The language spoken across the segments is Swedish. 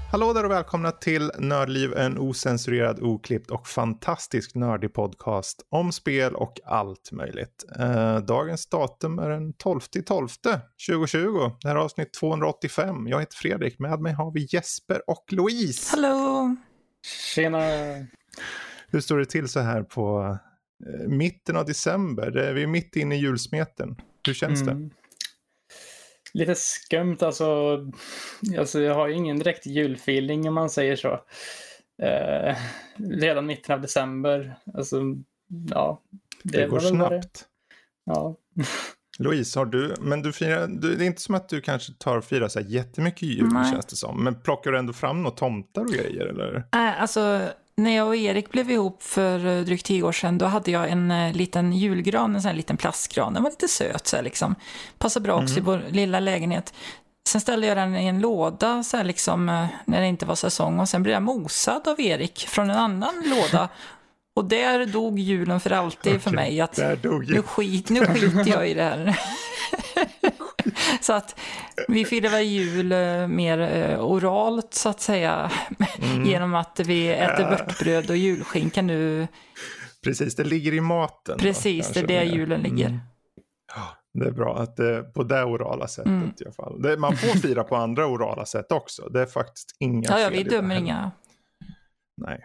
Hallå där och välkomna till Nördliv, en osensurerad, oklippt och fantastisk nördig podcast om spel och allt möjligt. Dagens datum är den 12/12/2020. Det här är avsnitt 285. Jag heter Fredrik, med mig har vi Jesper och Louise. Hallå! Tjena! Hur står det till så här på mitten av december? Vi är mitt inne i julsmeten. Hur känns det? Lite skumt alltså jag har ju ingen direkt julfeeling om man säger så. Redan mitten av december. Alltså, ja. Det går snabbt. Ja. Louise, men det är inte som att du kanske tar och firar så här jättemycket jul. Nej. Känns det som. Men plockar du ändå fram några tomtar och grejer eller? Alltså när jag och Erik blev ihop för drygt 10 år sedan, då hade jag en liten julgran, en sån här liten plastgran. Den var lite söt så här, liksom. Passade bra också i vår lilla lägenhet. Sen ställde jag den i en låda så här, liksom, när det inte var säsong, och sen blev jag mosad av Erik från en annan låda. Och där dog julen för alltid för mig. Att nu skiter jag i det här. Så att vi firar väl jul mer oralt så att säga. Genom att vi äter vörtbröd och julskinka nu. Precis, det ligger i maten. Precis, det är där julen ligger. Det är bra att det på det orala sättet i alla fall. Man får fira på andra orala sätt också. Det är faktiskt inga fel. Ja, vi dömer inga. Nej.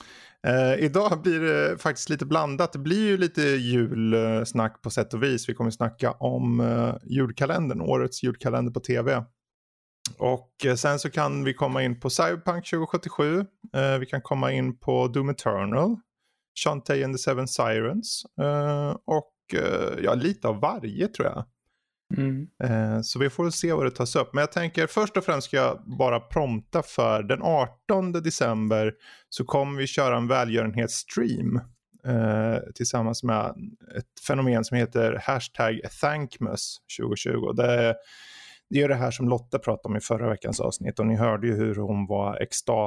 Idag blir det faktiskt lite blandat. Det blir ju lite julsnack på sätt och vis. Vi kommer snacka om julkalendern, årets julkalender på tv. Och sen så kan vi komma in på Cyberpunk 2077. Vi kan komma in på Doom Eternal, Shantae and the Seven Sirens och lite av varje tror jag. Så vi får se vad det tas upp. Men jag tänker först och främst ska jag bara prompta för den 18 december så kommer vi köra en välgörenhetsstream tillsammans med ett fenomen som heter #Thankmas 2020. Det är det här som Lotta pratade om i förra veckans avsnitt, och ni hörde ju hur hon var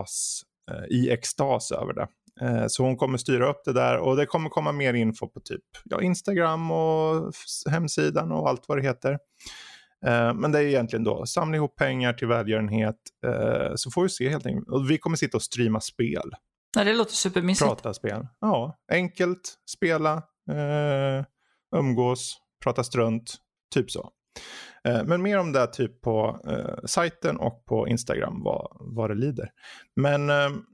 i extas över det. Så hon kommer styra upp det där, och det kommer komma mer info på typ Instagram och hemsidan och allt vad det heter. Men det är egentligen då samla ihop pengar till välgörenhet, så får vi se helt enkelt. Och vi kommer sitta och streama spel. Ja, det låter supermysigt. Prata spel. Ja, enkelt, spela, umgås, prata strunt, typ så. Men mer om det typ på sajten och på Instagram vad det lider. Men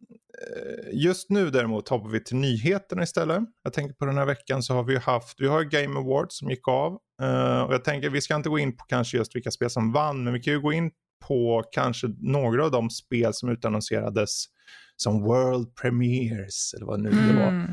just nu däremot hoppar vi till nyheterna istället. Jag tänker på den här veckan så har vi har Game Awards som gick av. Och jag tänker vi ska inte gå in på kanske just vilka spel som vann, men vi kan ju gå in på kanske några av de spel som utannonserades som World Premieres eller vad nu det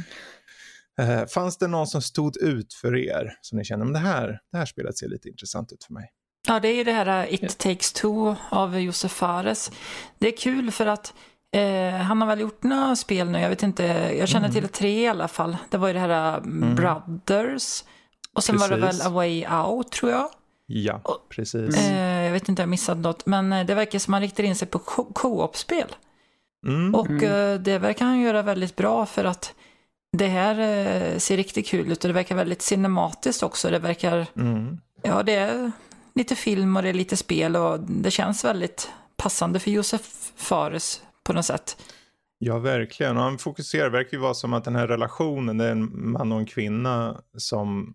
var. Fanns det någon som stod ut för er som ni känner, men det här spelet ser lite intressant ut för mig? Ja, det är ju det här It Takes Two av Josef Fares. Det är kul för att han har väl gjort några spel nu, jag vet inte, jag känner till 3 i alla fall. Det var ju det här Brothers, och sen var det väl A Way Out tror jag. Ja, precis. Jag vet inte, jag missade något, men det verkar som man riktar in sig på co-op-spel. Och det verkar han göra väldigt bra, för att det här ser riktigt kul ut och det verkar väldigt cinematiskt också. Det verkar, ja, det är lite film och det är lite spel, och det känns väldigt passande för Josef Fares på något sätt. Ja, verkligen. Och han verkar ju vara som att den här relationen, det är en man och en kvinna som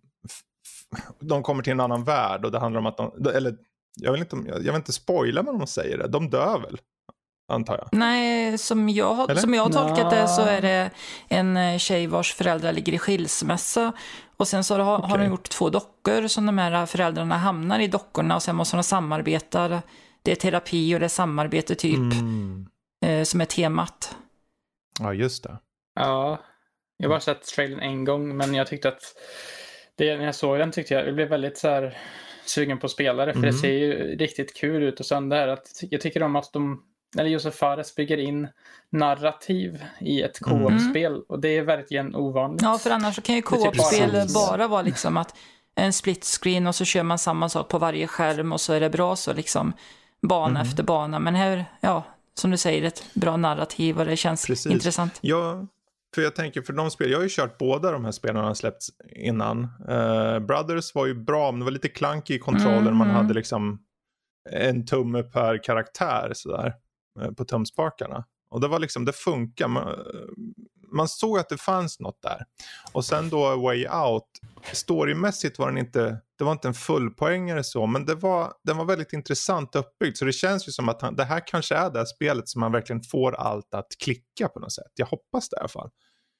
de kommer till en annan värld, och det handlar om att jag vill inte spoila vad de säger det. De dör väl, antar jag. Nej, som jag har tolkat det så är det en tjej vars föräldrar ligger i skilsmässa, och sen så har de gjort 2 dockor som de här föräldrarna hamnar i dockorna, och sen måste de samarbeta. Det är terapi och det är samarbete typ som är temat. Ja, just det. Ja, jag har bara sett trailern en gång, men jag tyckte att när jag såg den tyckte jag blev väldigt så här sugen på spelare, för det ser ju riktigt kul ut, och sen det här att jag tycker om att Josef Fares bygger in narrativ i ett co-op-spel, och det är verkligen ovanligt. Ja, för annars så kan ju co-op-spel bara vara liksom att en split screen och så kör man samma sak på varje skärm och så är det bra så liksom bana efter bana. Men här, ja, som du säger, ett bra narrativ och det känns intressant. Ja, för jag tänker, för de spel, jag har ju kört båda de här spelen har släppts innan. Brothers var ju bra, men det var lite klank i kontrollen. Man hade liksom en tumme per karaktär sådär. på tumspakarna. Och det var liksom, det funkar. Man såg att det fanns något där. Och sen då Way Out, storymässigt var det var inte en fullpoängare så, men den var väldigt intressant uppbyggd. Så det känns ju som att det här kanske är det här spelet som man verkligen får allt att klicka på något sätt. Jag hoppas det i alla fall.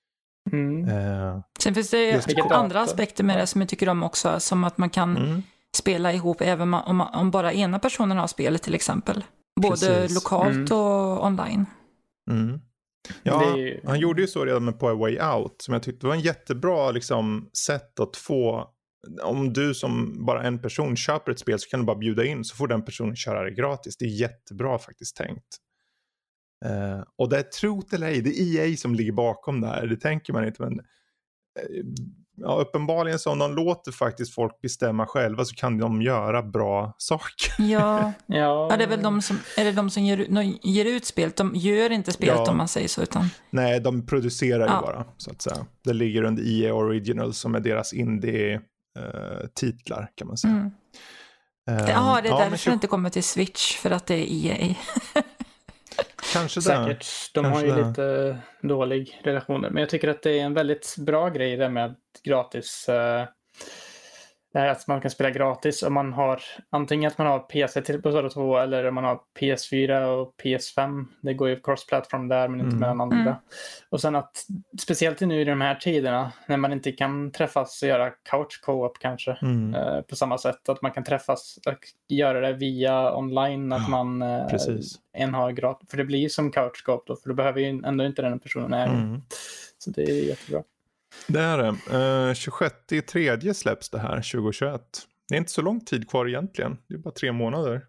Sen finns det andra aspekter med det som jag tycker om också, som att man kan spela ihop även om bara ena personen har spelet till exempel. Både lokalt och online. Ja, han gjorde ju så redan med på A Way Out, som jag tyckte var en jättebra liksom, sätt att få, om du som bara en person köper ett spel så kan du bara bjuda in, så får den personen köra det gratis. Det är jättebra faktiskt tänkt. Och det är trot eller ej, det är EA som ligger bakom det här, det tänker man inte, men ja, uppenbarligen så om de låter faktiskt folk bestämma själva så kan de göra bra saker. Ja, det är väl de som ger ut spelet. De gör inte spelet om man säger så, utan... Nej, de producerar ju bara, så att säga. Det ligger under EA Original som är deras indie-titlar kan man säga. Det är därför det inte kommer till Switch, för att det är EA. Kanske säkert. De har ju lite dålig relationer. Men jag tycker att det är en väldigt bra grej det med gratis. Det här att man kan spela gratis om man har antingen att man har PC till på 2 eller om man har PS4 och PS5. Det går ju cross-platform där men inte mellan andra. Och sen att speciellt nu i de här tiderna när man inte kan träffas och göra couch co-op kanske på samma sätt. Att man kan träffas och göra det via online, att man en har gratis. För det blir ju som couch co-op då, för då behöver ju ändå inte den personen är. Så det är jättebra. Det är det. 26/3 släpps det här 2021. Det är inte så lång tid kvar egentligen. Det är bara 3 månader.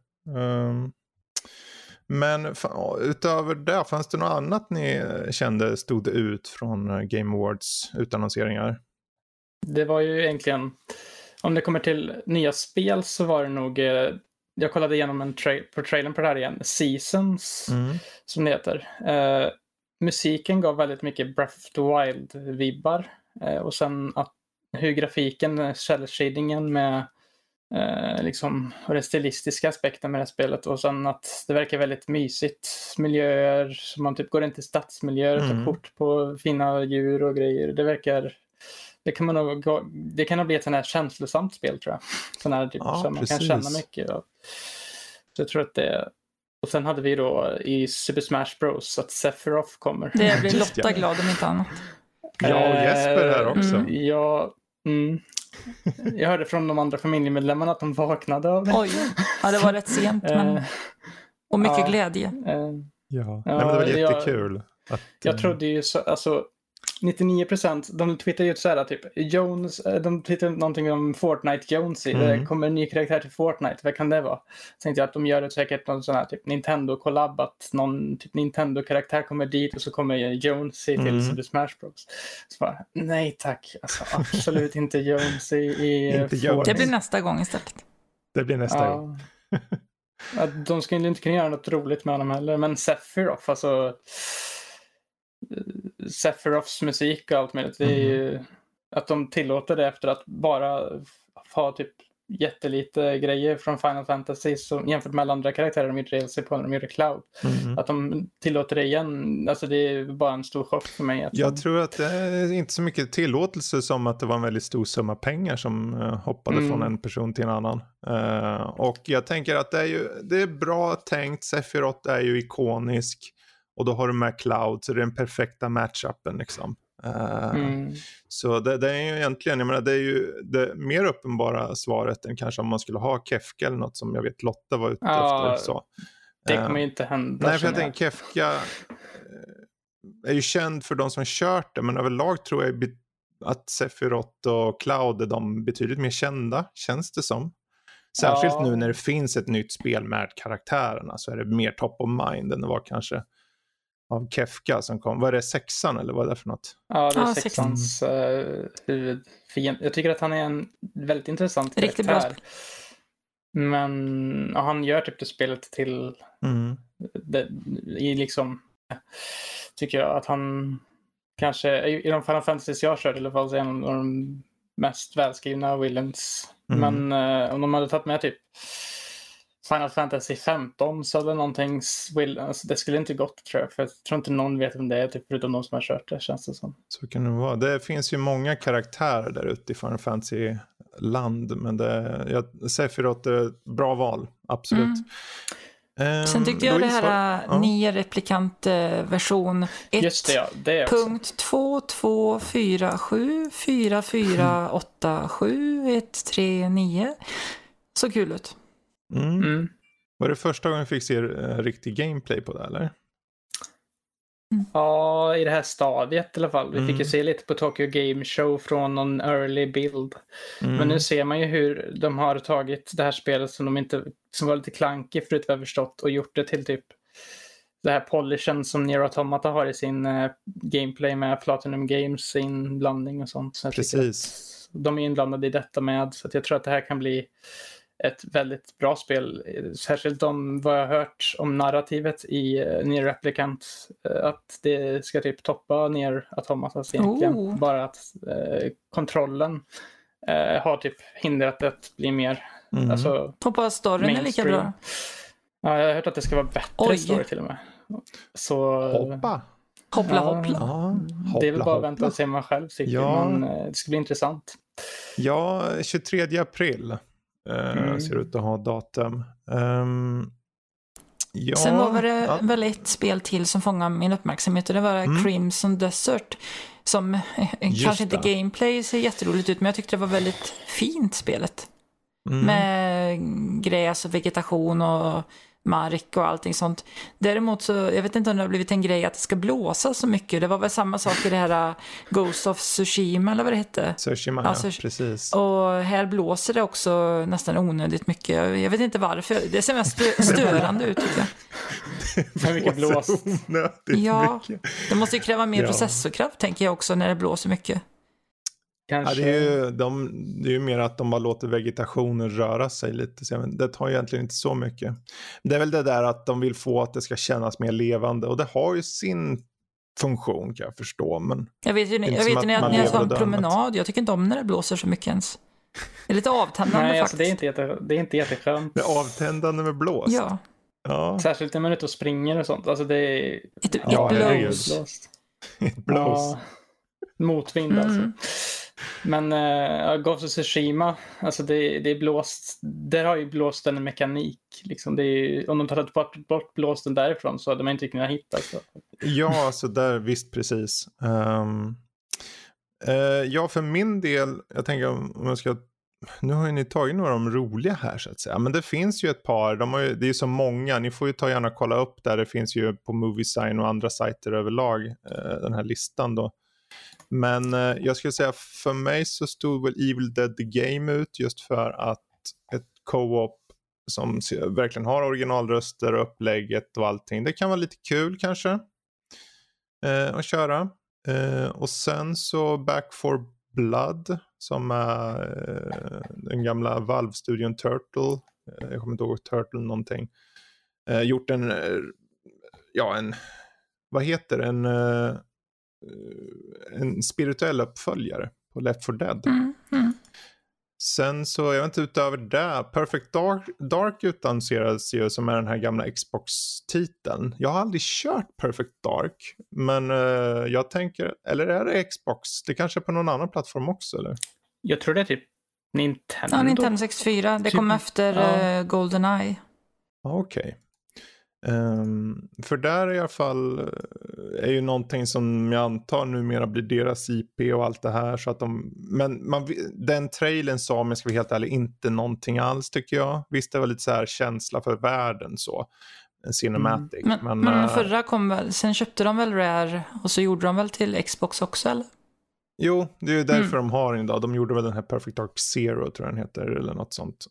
Men utöver det, fanns det något annat ni kände stod ut från Game Awards utannonseringar? Det var ju egentligen, om det kommer till nya spel så var det nog, jag kollade igenom trailern på det här igen, Seasons som det heter. Musiken gav väldigt mycket Breath of the Wild-vibbar. Och sen att hur grafiken, shadingen med liksom, och den stilistiska aspekten med det här spelet. Och sen att det verkar väldigt mysigt. Miljöer, så man typ går in till stadsmiljöer och tar kort på fina djur och grejer. Det verkar, det kan nog bli ett sån här känslosamt spel tror jag. Sån här typ, så man kan känna mycket. Så jag tror att det. Och sen hade vi då i Super Smash Bros att Sephiroth kommer. Det blir Lotta glad om inte annat. Ja, och Jesper här också. Jag hörde från de andra familjemedlemmarna att de vaknade av det. Oj, ja, det var rätt sent. Men... Och mycket glädje. Nej, men det var jättekul. Jag trodde ju så, alltså 99%, de twittrade ju så här typ Jones, de twittrade någonting om Fortnite Jonesy, det kommer en ny karaktär till Fortnite, vad kan det vara? Så tänkte jag att de gör det säkert någon sån här typ Nintendo-collab, att någon typ Nintendo-karaktär kommer dit och så kommer Jonesy till Super Smash Bros. Så bara, nej tack, alltså, absolut inte Jonesy i Fortnite. Det blir nästa gång istället. Det blir nästa gång. De ska inte kunna göra något roligt med honom heller, men Sephiroth, alltså Sephiroths musik och allt möjligt, det är ju att de tillåter det efter att bara ha typ jättelite grejer från Final Fantasy som jämfört med alla andra karaktärer de gjorde DLC på när de gjorde Cloud. Att de tillåter det igen, alltså det är bara en stor chock för mig. Jag tror att det är inte så mycket tillåtelse som att det var en väldigt stor summa pengar som hoppade från en person till en annan. Och jag tänker att det är bra tänkt. Sephiroth är ju ikonisk. Och då har du med Cloud, så det är den perfekta matchupen liksom. Så det är ju egentligen, jag menar, det är ju det mer uppenbara svaret än kanske om man skulle ha Kefka eller något som jag vet Lotta var ute efter. Så. Det kommer ju inte hända. Nej, för jag tänker Kefka är ju känd för de som kört det, men överlag tror jag att Sephiroth och Cloud är de betydligt mer kända, känns det som. Särskilt nu när det finns ett nytt spel med karaktärerna så är det mer top of mind än det var kanske av Kefka som kom. Vad är det, 6:an eller vad är det för något? Ja, det är 6:ans huvudfiend. Jag tycker att han är en väldigt intressant karaktär. Riktigt bra spel. Men han gör typ det spelet till i liksom, tycker jag att han kanske i de Final Fantasy jag kört i alla fall så är en av de mest välskrivna villains. Men om de hade tagit med typ Final Fantasy 15 så hade någonting alltså, det skulle inte gått tror jag. För jag tror inte någon vet om det är typ, förutom de som har kört det, känns det som. Så kan det vara. Det finns ju många karaktärer där ute i Final Fantasy-land. Men Sephiroth är ett bra val, absolut. Sen tyckte jag Louise, det här Nier Replicant version 1. Just det, ja. Det är punkt 224744787139. Så kul ut. Var det första gången vi fick se riktig gameplay på det, eller? Ja, i det här stadiet i alla fall. Vi fick ju se lite på Tokyo Game Show från någon early build. Men nu ser man ju hur de har tagit det här spelet som var lite klankigt förut vad jag förstått och gjort det till typ det här polishen som Nier Automata har i sin gameplay med Platinum Games inblandning och sånt. Så precis. De är inblandade i detta med, så att jag tror att det här kan bli ett väldigt bra spel, särskilt om vad jag har hört om narrativet i Nier Replicant, att det ska typ toppa Nier Automatas egentligen. Bara att kontrollen har typ hindrat det att bli mer alltså, hoppas storyn är lika bra. Ja, jag har hört att det ska vara bättre story till och med. Så Hoppla. Det är väl bara att vänta och se man själv tycker, men det ska bli intressant. Ja, 23 april ser ut att ha datum. Sen var det väl ett spel till som fångade min uppmärksamhet, och det var Crimson Desert, som kanske inte gameplay ser jätteroligt ut, men jag tyckte det var väldigt fint spelet. Med gräs och vegetation och mark och allting sånt. Däremot så, jag vet inte om det har blivit en grej att det ska blåsa så mycket. Det var väl samma sak i det här Ghost of Tsushima eller vad det hette. Tsushima, alltså, ja, precis. Och här blåser det också nästan onödigt mycket. Jag vet inte varför. Det ser mest störande ut tycker jag. För mycket blås. Ja, det måste ju kräva mer processorkraft tänker jag också när det blåser mycket. Ja, det är ju mer att de bara låter vegetationen röra sig lite. Så det tar ju egentligen inte så mycket. Det är väl det där att de vill få att det ska kännas mer levande. Och det har ju sin funktion kan jag förstå. Men jag vet ju när jag har en promenad. Jag tycker inte om när det blåser så mycket ens. Det är lite avtändande. Nej, faktiskt. Alltså, det är inte jätteskönt. Det är avtändande med blås. Ja. Särskilt när man är ute och springer och sånt. Alltså det är... It blows. It blows. Motvind alltså. Men Ghost of Tsushima, alltså det är blåst. Där har ju blåst en mekanik. Liksom. Det är, om de tar bort blåsten därifrån så hade man inte kunnat hitta. Så. Ja, alltså där visst precis. Ja, för min del, jag tänker om jag ska... Nu har ju ni tagit några av de roliga här så att säga. Men det finns ju ett par, det är ju så många. Ni får ju gärna kolla upp där. Det finns ju på Moviesign och andra sajter överlag den här listan då. Men jag skulle säga för mig så stod väl Evil Dead The Game ut just för att ett co-op som verkligen har originalröster och upplägget och allting. Det kan vara lite kul kanske att köra. Och sen så Back 4 Blood som är den gamla Valve-studion Turtle. Jag kommer inte ihåg Turtle någonting. Gjort en vad heter en spirituell uppföljare på Left 4 Dead. Sen så, jag vet inte utöver det, Perfect Dark utannonserades ju som är den här gamla Xbox-titeln. Jag har aldrig kört Perfect Dark, men jag tänker, eller är det Xbox? Det kanske är på någon annan plattform också, eller? Jag tror det är typ Nintendo. Ja, Nintendo 64. Det kom efter GoldenEye. Okej. För där i alla fall är ju någonting som jag antar numera blir deras IP och allt det här så att den trailern sa, om jag ska vara helt ärlig, inte någonting alls tycker jag. Visst det var lite så här känsla för världen så en cinematic. Men förra kom väl, sen köpte de väl Rare och så gjorde de väl till Xbox också eller? Jo, det är ju därför de har den idag. De gjorde väl den här Perfect Dark Zero tror jag den heter eller något sånt.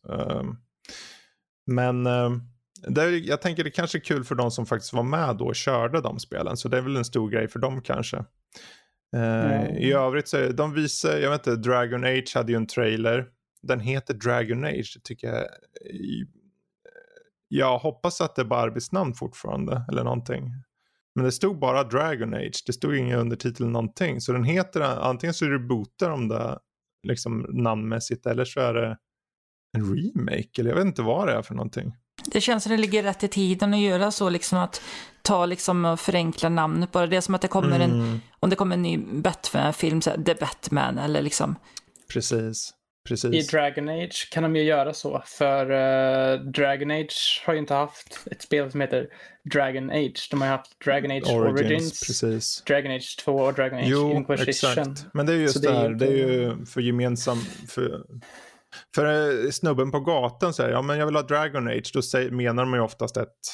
Jag tänker det kanske är kul för de som faktiskt var med då och körde de spelen. Så det är väl en stor grej för dem kanske. I övrigt så de visar, jag vet inte, Dragon Age hade ju en trailer. Den heter Dragon Age, det tycker jag. Jag hoppas att det är bara arbetsnamn fortfarande eller någonting. Men det stod bara Dragon Age. Det stod ingen undertitel någonting. Så den heter, antingen så rebootar de det liksom namnmässigt eller så är det en remake eller jag vet inte vad det är för någonting. Det känns som det ligger rätt i tiden att göra så, liksom att ta liksom och förenkla namnet bara. Det är som att det kommer om det kommer en ny Batman-film, så här, The Batman eller liksom. Precis. I Dragon Age kan de ju göra så, för Dragon Age har ju inte haft ett spel som heter Dragon Age. De har ju haft Dragon Age Origins precis. Dragon Age 2 och Dragon Age Inquisition. Exakt. Men det är just det här, det är ju för gemensam... För snubben på gatan säger, ja men jag vill ha Dragon Age, då menar de ju oftast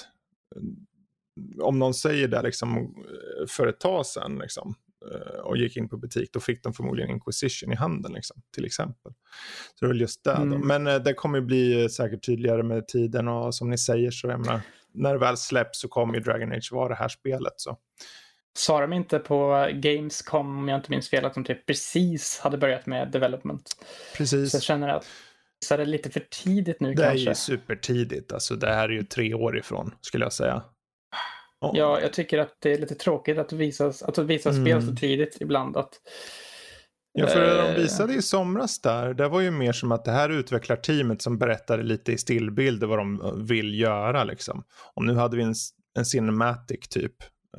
om någon säger det liksom för ett tag sedan liksom, och gick in på butik, då fick de förmodligen Inquisition i handen liksom, till exempel. Så det är väl just det då. Men det kommer ju bli säkert tydligare med tiden, och som ni säger så jag menar, när det väl släpps så kommer ju Dragon Age vara det här spelet. Så sa de inte på Gamescom, om jag inte minns fel, att de typ precis hade börjat med development? Precis. Så jag känner att så är det lite för tidigt nu det kanske. Det är ju supertidigt, alltså det här är ju 3 år ifrån skulle jag säga. Ja, jag tycker att det är lite tråkigt att visa spel så tidigt ibland. Ja, för de visade i somras där, det var ju mer som att det här utvecklarteamet som berättade lite i stillbilder vad de vill göra liksom. Och nu hade vi en cinematic typ.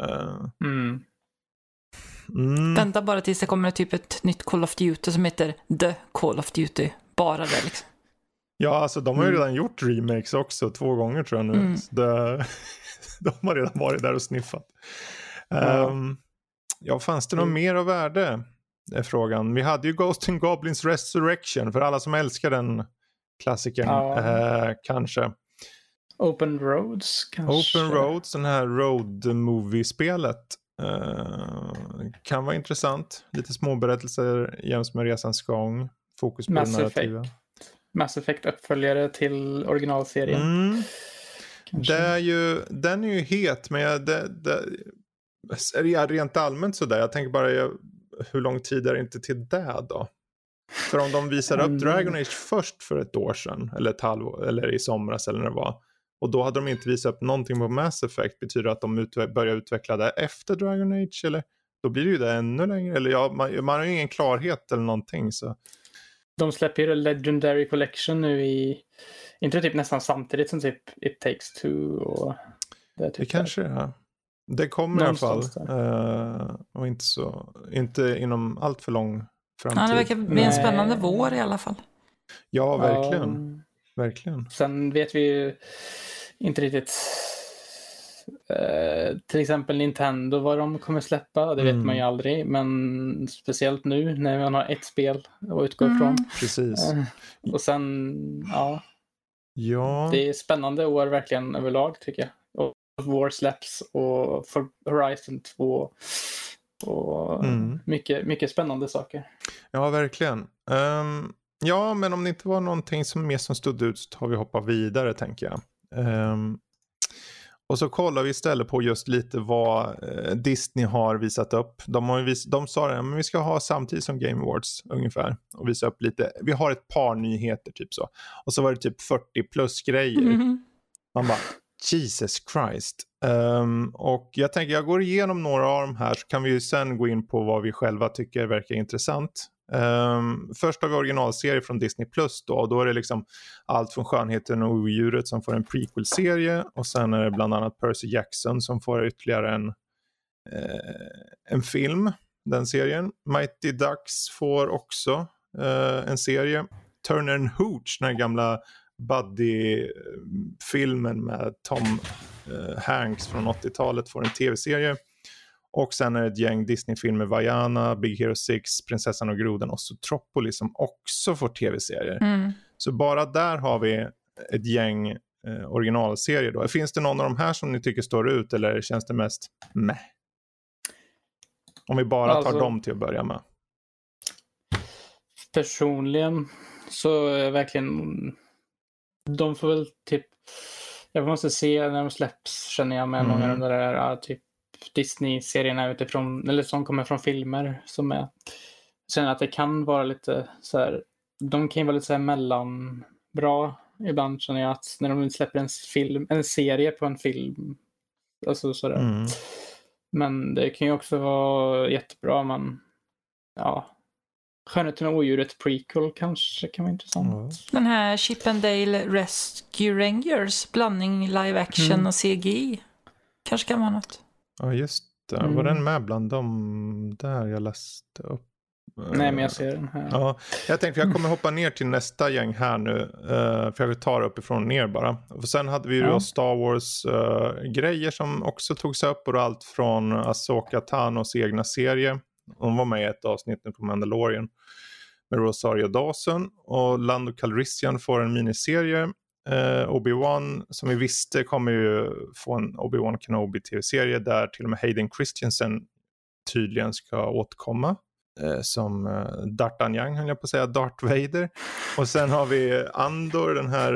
Vänta bara tills det kommer typ ett nytt Call of Duty som heter The Call of Duty. Bara det liksom. Ja, alltså de har ju redan gjort remakes också 2 gånger tror jag nu. Så de har redan varit där och sniffat. Ja, fanns det något mer av värde? Är frågan. Vi hade ju Ghosts and Goblins Resurrection för alla som älskar den klassikern kanske. Open Roads kanske. Open Roads, den här road movie-spelet kan vara intressant. Lite små berättelser jäms med resans gång. Fokus på den narrativa. Mass Effect uppföljare till originalserien. Den är ju het, men rent allmänt sådär. Jag tänker bara, hur lång tid är det inte till det då? För om de visar upp Dragon Age först för ett år sedan, eller ett halvår, eller i somras eller när det var, och då hade de inte visat upp någonting på Mass Effect, betyder det att de börjar utveckla det efter Dragon Age, eller då blir det ju det ännu längre, eller man har ju ingen klarhet eller någonting så. De släpper ju Legendary Collection nu inte typ nästan samtidigt som typ It Takes Two och det kanske är. Det kommer någonstans i alla fall. Och inte inom allt för lång framtid. Ja, det verkar bli en spännande vår i alla fall. Ja, verkligen. Verkligen. Sen vet vi ju inte riktigt till exempel Nintendo vad de kommer släppa. Det vet man ju aldrig. Men speciellt nu när man har ett spel att utgå ifrån. Precis. Och sen, ja. Det är spännande år verkligen överlag tycker jag. Och War släpps och Horizon 2 och mycket spännande saker. Ja, verkligen. Ja, men om det inte var någonting som stod ut så tar vi hoppa vidare tänker jag. Och så kollar vi istället på just lite vad Disney har visat upp. De sa det, men vi ska ha samtidigt som Game Awards ungefär. Och visa upp lite, vi har ett par nyheter typ så. Och så var det typ 40 plus grejer. Man bara, Jesus Christ. Och jag tänker, jag går igenom några av de här så kan vi ju sen gå in på vad vi själva tycker verkar intressant. Först har vi originalserie från Disney Plus då, och då är det liksom allt från Skönheten och odjuret som får en prequel-serie, och sen är det bland annat Percy Jackson som får ytterligare en film, den serien. Mighty Ducks får också en serie. Turner and Hooch, den gamla Buddy-filmen med Tom Hanks från 80-talet, får en tv-serie. Och sen är det ett gäng Disney-filmer, Vaiana, Big Hero 6, Prinsessan och grodan och Zootropolis som också får tv-serier. Så bara där har vi ett gäng originalserier då. Finns det någon av de här som ni tycker står ut, eller känns det mest meh? Om vi bara tar dem till att börja med. Personligen så är verkligen de får väl typ, jag måste se när de släpps, känner jag med många av de där typ Disney-serierna utifrån, eller som kommer från filmer som är, känner att det kan vara lite så här, de kan ju vara lite så här mellanbra ibland, känner jag, att när de släpper en serie på en film, alltså sådär. Men det kan ju också vara jättebra, men Skönheten och odjuret prequel kanske kan vara intressant. Den här Chip and Dale Rescue Rangers, blandning live action och CGI. Kanske kan vara något. Ja, just det. Var den med bland dem där jag läste upp? Nej, men jag ser den här. Ja, jag tänkte jag kommer hoppa ner till nästa gäng här nu. För jag vill ta det uppifrån och ner bara. Och sen hade vi ju då Star Wars grejer som också togs upp. Och allt från Ahsoka Tanos egna serie. Hon var med i ett avsnitt nu på Mandalorian med Rosario Dawson. Och Lando Calrissian får en miniserie. Obi-Wan som vi visste kommer ju få en Obi-Wan Kenobi tv-serie där till och med Hayden Christensen tydligen ska återkomma. Som D'Artagnan, höll jag på att säga, Darth Vader. Och sen har vi Andor, den här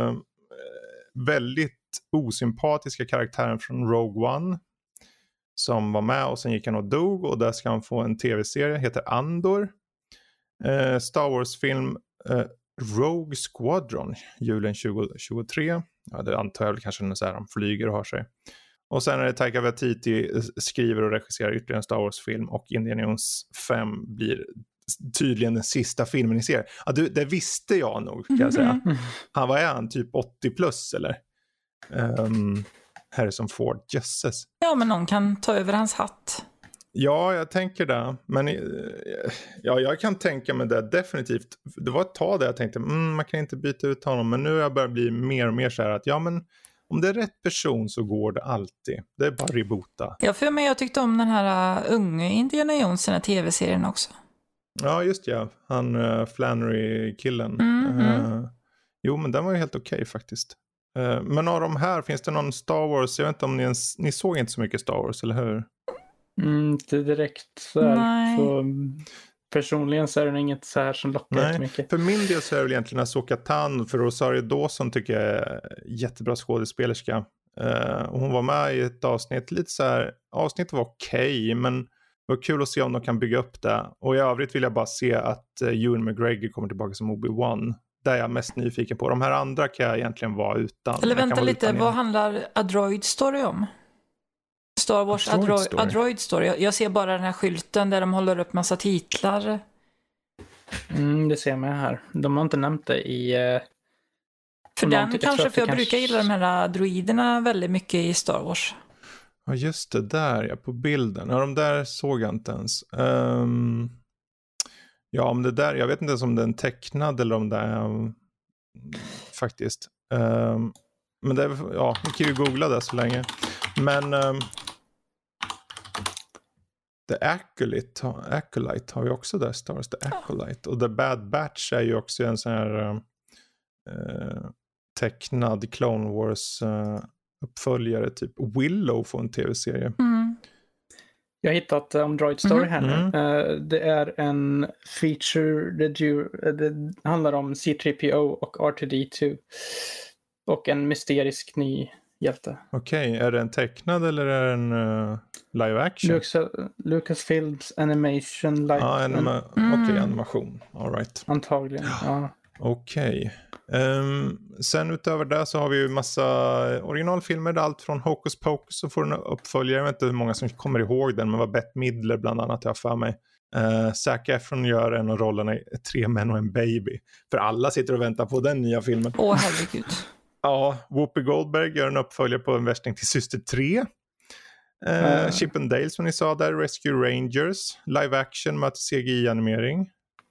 väldigt osympatiska karaktären från Rogue One som var med och sen gick han och dog, och där ska han få en tv-serie, heter Andor. Star Wars-film Rogue Squadron julen 2023. Ja, det antar jag väl kanske när så här de flyger och har sig. Och sen är det Taika Waititi skriver och regisserar ytterligare en Star Wars-film, och Indiana Jones 5 blir tydligen den sista filmen i serien. Ja, det visste jag nog, kan jag säga. Vad är han? Typ 80 plus eller? Harrison Ford, jösses. Ja, men någon kan ta över hans hatt. Ja, jag tänker det. Men ja, jag kan tänka mig det definitivt. Det var ett tag där jag tänkte, man kan inte byta ut honom. Men nu har jag börjat bli mer och mer så här att, ja men om det är rätt person så går det alltid. Det är bara reboota. Ja, för mig jag tyckte om den här unge Indiana Jones, den här tv-serien också. Ja, just ja. Han Flannery-killen. Jo, men den var ju helt okej faktiskt. Men av de här, finns det någon Star Wars? Jag vet inte om ni såg inte så mycket Star Wars, eller hur? Inte direkt så här. Så personligen så är det inget så här som lockar inte mycket. För min del så är det väl egentligen Ahsoka Tano, för Rosario Dawson tycker jag är jättebra skådespelerska. Och hon var med i ett avsnitt, lite så här, avsnittet var okej, men det var kul att se om de kan bygga upp det. Och i övrigt vill jag bara se att Ewan McGregor kommer tillbaka som Obi-Wan. Det är jag mest nyfiken på. De här andra kan jag egentligen vara utan. Eller vänta lite, vad handlar A Droid Story om? Star Wars A Droid Story. Jag ser bara den här skylten där de håller upp massa titlar. Det ser man här. De har inte nämnt det i... För den kanske, för jag brukar gilla de här droiderna väldigt mycket i Star Wars. Ja, just det, där ja, på bilden. Ja, de där såg jag inte ens. Ja, om det där, jag vet inte om det är en tecknad eller om det är faktiskt. Men det är, ja, vi kan ju googla det så länge. Men The Acolyte har vi också där, Star Wars, The Acolyte. Och The Bad Batch är ju också en sån här tecknad Clone Wars uppföljare, typ Willow får en tv-serie. Jag har hittat om Droid Story här nu. Det är en feature, det handlar om C-3PO och R2-D2 och en mysterisk ny hjälte. Okej, är det en tecknad eller är det en live action? Lucasfilms animation live Okej, animation. All right. Antagligen, ja. Okej. Sen utöver det så har vi ju massa originalfilmer. Allt från Hocus Pocus så får en uppföljare. Jag vet inte hur många som kommer ihåg den, men var Bette Midler bland annat, jag för mig. Zac Efron gör en av rollerna i 3 män och en baby. För alla sitter och väntar på den nya filmen. Herregud. Ja, Whoopi Goldberg gör en uppföljare på En värsting till syster 3. Chip and Dale som ni sa där, Rescue Rangers, live action med CGI-animering.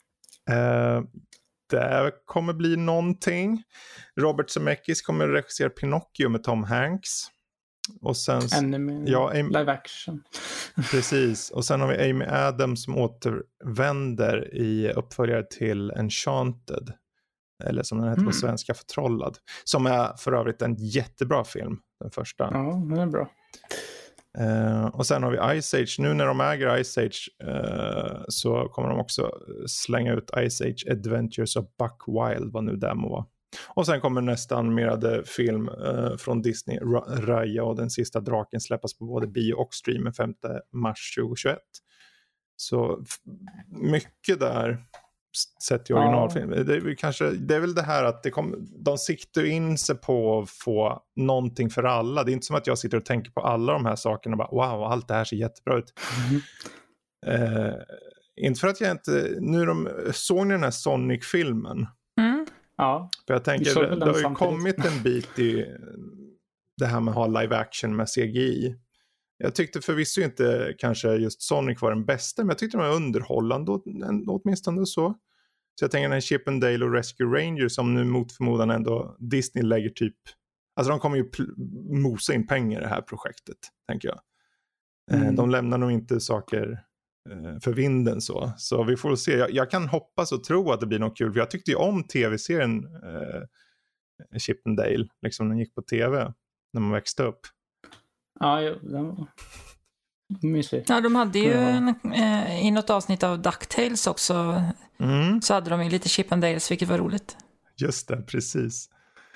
Det kommer bli någonting. Robert Zemeckis kommer regissera Pinocchio med Tom Hanks. Och sen live action. Precis. Och sen har vi Amy Adams som återvänder i uppföljare till Enchanted. Eller som den heter på svenska, Förtrollad. Som är för övrigt en jättebra film, den första. Ja, den är bra. Och sen har vi Ice Age. Nu när de äger Ice Age så kommer de också slänga ut Ice Age Adventures of Buck Wild, vad nu det må vara. Och sen kommer nästa animerade film från Disney, Raya och den sista draken, släppas på både bio och stream den 5 mars 2021. Så mycket där sett i originalfilm. Det är väl det här att de siktar in sig på att få någonting för alla. Det är inte som att jag sitter och tänker på alla de här sakerna och bara, wow, allt det här ser jättebra ut. inte för att jag inte... såg ni den här Sonic-filmen? Ja. För jag tänker, det har ju kommit en bit i det här med att ha live action med CGI. Jag tyckte förvisso inte kanske just Sonic var den bästa, men jag tyckte den var underhållande åtminstone så. Så jag tänker den här Chip and Dale och Rescue Rangers som nu mot förmodan ändå Disney lägger typ... Alltså de kommer ju mosa in pengar i det här projektet, tänker jag. De lämnar nog inte saker för vinden så. Så vi får se. Jag kan hoppas och tro att det blir något kul. För jag tyckte ju om tv-serien Chip and Dale. Liksom den gick på tv när man växte upp. Ja, den var mysig. Ja, de hade ju i något avsnitt av DuckTales också. Så hade de ju lite Chip and Dales, vilket var roligt. Just det, precis.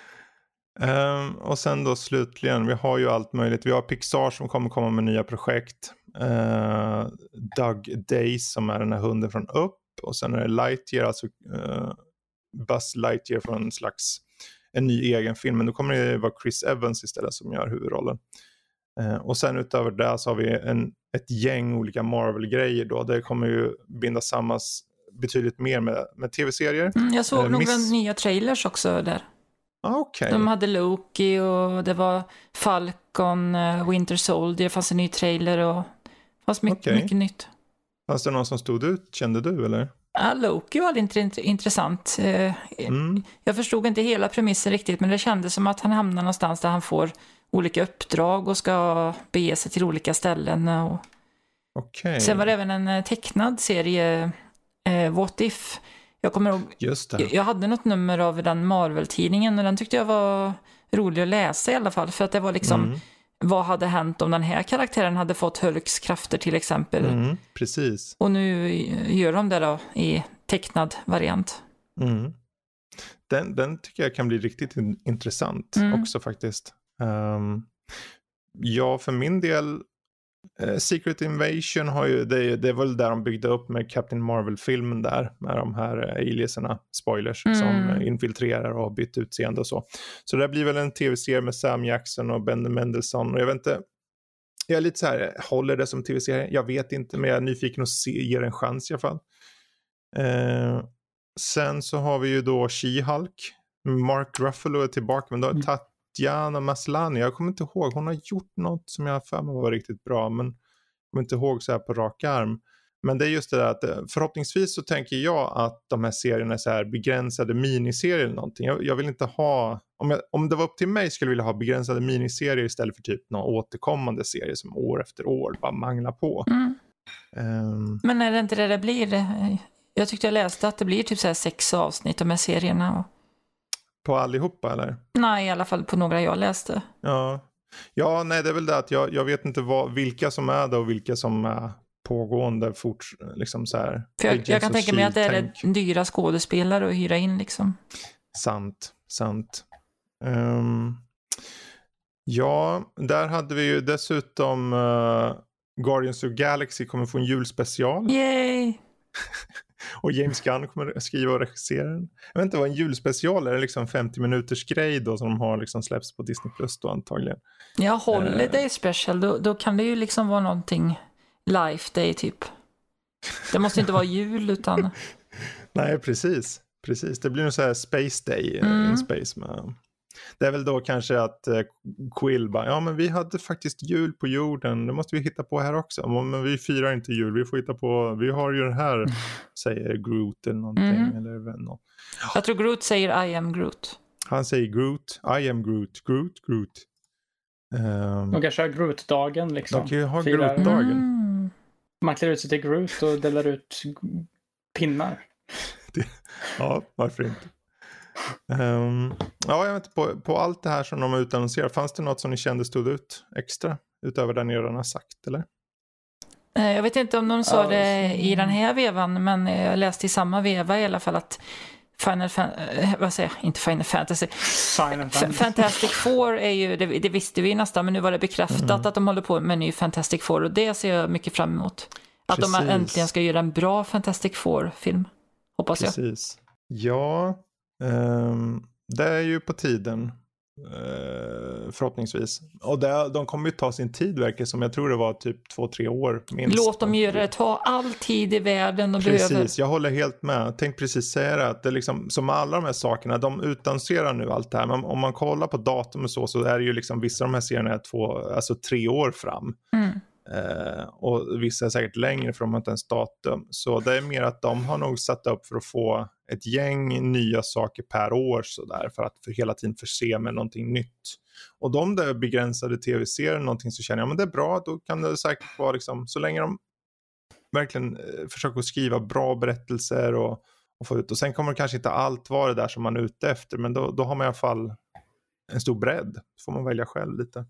Och sen då slutligen, vi har ju allt möjligt. Vi har Pixar som kommer komma med nya projekt. Doug Days som är den här hunden från Up. Och sen är det Lightyear, alltså Buzz Lightyear från en ny egen film. Men då kommer det vara Chris Evans istället som gör huvudrollen. Och sen utöver det så har vi ett gäng olika Marvel-grejer då. Det kommer ju binda samman betydligt mer med tv-serier. Jag såg några nya trailers också där. Okay. De hade Loki och det var Falcon, Winter Soldier, det fanns en ny trailer och det fanns mycket nytt. Fanns det någon som stod ut, kände du eller? Ja, Loki var lite intressant. Jag förstod inte hela premissen riktigt, men det kändes som att han hamnar någonstans där han får olika uppdrag och ska bege sig till olika ställen. Okay. Sen var det även en tecknad serie, What If. Jag kommer ihåg, jag hade något nummer av den Marvel-tidningen och den tyckte jag var rolig att läsa i alla fall. För att det var liksom, vad hade hänt om den här karaktären hade fått Hulks krafter till exempel. Precis. Och nu gör de det då i tecknad variant. Den tycker jag kan bli riktigt intressant också faktiskt. Ja, för min del Secret Invasion har ju, det var väl där de byggde upp med Captain Marvel-filmen där med de här aliaserna, spoilers, som infiltrerar och har bytt utseende och så. Så det blir väl en tv-serie med Sam Jackson och Ben Mendelsohn och jag vet inte, jag är lite så här, håller det som tv-serie? Jag vet inte, men jag är nyfiken att ge en chans i alla fall. Sen så har vi ju då She-Hulk, Mark Ruffalo är tillbaka, men då har Tatiana Maslany, jag kommer inte ihåg, hon har gjort något som jag för mig var riktigt bra, men jag kommer inte ihåg så här på rak arm. Men det är just det där att förhoppningsvis så tänker jag att de här serierna är så här begränsade miniserier eller någonting. Jag vill inte ha, om det var upp till mig skulle jag vilja ha begränsade miniserier istället för typ någon återkommande serie som år efter år bara manglar på. Men är det inte det blir? Jag tyckte jag läste att det blir typ så här 6 avsnitt de här serierna. På allihopa eller? Nej, i alla fall på några jag läste. Ja, nej det är väl det att jag vet inte vilka som är det och vilka som är pågående liksom så här. För jag kan tänka mig att det är dyra skådespelare att hyra in liksom. Sant. Ja, där hade vi ju dessutom Guardians of Galaxy kommer få en julspecial. Yay! Och James Gunn kommer skriva och regissera den. Jag vet inte vad en julspecial är, det liksom 50 minuters grej då som de har liksom släppts på Disney Plus då antagligen. Ja, Holiday Special, då kan det ju liksom vara någonting Life Day typ. Det måste inte vara jul utan... Nej, precis. Det blir nog så här Space Day in Space med... Det är väl då kanske att Quill bara, ja men vi hade faktiskt jul på jorden, det måste vi hitta på här också. Men vi firar inte jul, vi får hitta på, vi har ju det här, säger Groot eller någonting. Eller något. Jag tror Groot säger I am Groot. Han säger Groot, I am Groot, Groot. De kanske har Groot-dagen liksom. De har Groot-dagen. Man klär ut sig till Groot och delar ut pinnar. Ja, varför inte? Ja, jag vet inte, på allt det här som de har utannonserat, fanns det något som ni kände stod ut extra utöver det ni redan har sagt, eller? Jag vet inte om någon sa det i den här vevan, men jag läste i samma veva i alla fall att Fantastic Four är ju, det visste vi nästan, men nu var det bekräftat att de håller på med en ny Fantastic Four och det ser jag mycket fram emot. Att de äntligen ska göra en bra Fantastic Four-film, hoppas jag. Precis. Ja, det är ju på tiden. förhoppningsvis. Och de kommer ju ta sin tid, verkar som. Jag tror det var typ 2-3 år minst. Låt dem göra det, ta all tid i världen och precis, behöver. Jag håller helt med. Tänk precis säga det, att det liksom, som alla de här sakerna, de utannonserar nu allt det här. Men om man kollar på datum och så är det ju liksom, vissa av de här serierna är 3 år fram. Och vissa är säkert längre, för de har inte ens datum. Så det är mer att de har nog satt upp för att få ett gäng nya saker per år så där, för att för hela tiden förse med någonting nytt. Och de där begränsade tv-serier någonting, så känner jag, men det är bra, då kan det säkert vara liksom, så länge de verkligen försöker skriva bra berättelser och få ut. Och sen kommer det kanske inte allt vara det där som man är ute efter, men då har man i alla fall en stor bredd. Så får man välja själv lite.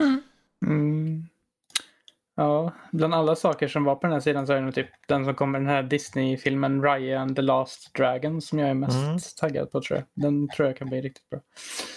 Ja, bland alla saker som var på den här sidan så är det nog typ den som kommer, den här Disney-filmen Raya and the Last Dragon, som jag är mest taggad på, tror jag. Den tror jag kan bli riktigt bra.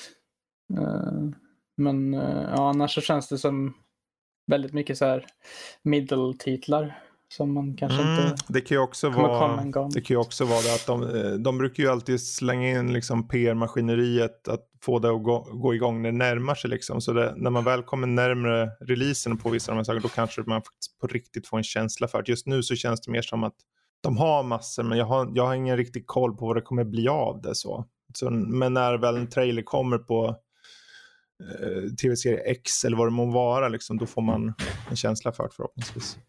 Men annars så känns det som väldigt mycket så här middle-titlar som man kanske inte det kan ju också vara det att de brukar ju alltid slänga in liksom PR-maskineriet att få det att gå igång när det närmar sig liksom. Så när man väl kommer närmare releasen på vissa av de här sakerna, då kanske man faktiskt på riktigt får en känsla för det. Just nu så känns det mer som att de har massor, men jag har ingen riktig koll på vad det kommer bli av det så men när väl en trailer kommer på tv-serie X eller vad det må vara liksom, då får man en känsla för det förhoppningsvis.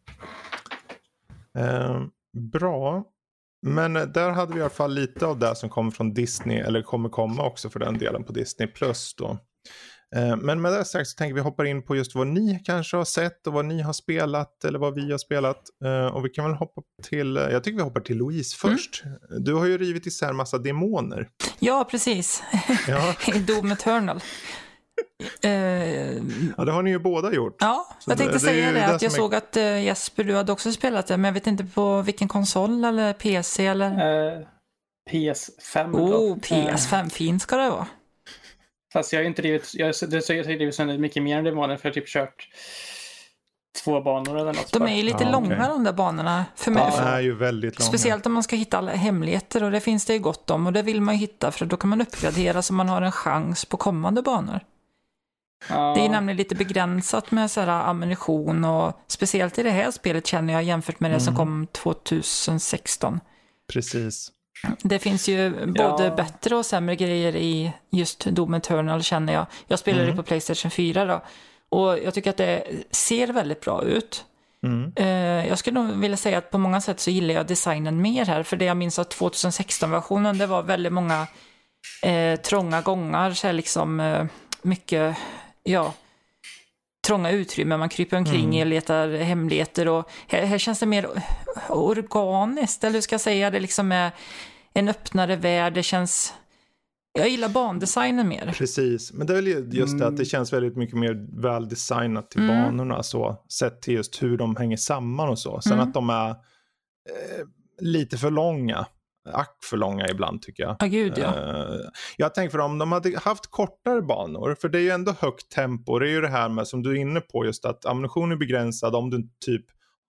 Bra. Men där hade vi i alla fall lite av det som kommer från Disney, eller kommer komma också för den delen på Disney Plus då. Men med det sagt så tänker vi hoppa in på just vad ni kanske har sett och vad ni har spelat eller vad vi har spelat. Och vi kan väl hoppa till, jag tycker vi hoppar till Louise först. Du har ju rivit isär massa demoner. Ja, precis. Ja. I Doom Eternal. Ja, det har ni ju båda gjort. Ja, jag tänkte säga det att jag såg att Jesper, du hade också spelat det, men jag vet inte på vilken konsol eller PC eller... PS5. PS5, fint ska det vara. Fast jag har inte drivit, jag har drivit så mycket mer än det månaden, för jag har typ kört 2 banor eller något. De är ju lite långa de där banorna för mig. De är ju väldigt långa. Speciellt om man ska hitta alla hemligheter, och det finns det ju gott om, och det vill man ju hitta, för då kan man uppgradera så man har en chans på kommande banor. Det är nämligen lite begränsat med så här ammunition, och speciellt i det här spelet känner jag, jämfört med det som kom 2016. Precis. Det finns ju både bättre och sämre grejer i just Doom Eternal, känner jag. Jag spelar det på PlayStation 4 då, och jag tycker att det ser väldigt bra ut. Jag skulle nog vilja säga att på många sätt så gillar jag designen mer här, för det jag minns av 2016-versionen, det var väldigt många trånga gångar, så här liksom mycket trånga utrymmen man kryper omkring och letar hemligheter, och här känns det mer organiskt, eller hur ska jag säga, det liksom är en öppnare värld. Det känns, jag gillar bandesignen mer. Precis, men det är väl just det att det känns väldigt mycket mer väldesignat till banorna, så sett till just hur de hänger samman och så. Sen att de är lite för långa. För långa ibland tycker jag. Gud, ja. Jag tänker för om de hade haft kortare banor, för det är ju ändå högt tempo. Det är ju det här med, som du är inne på, just att ammunition är begränsad. Om du typ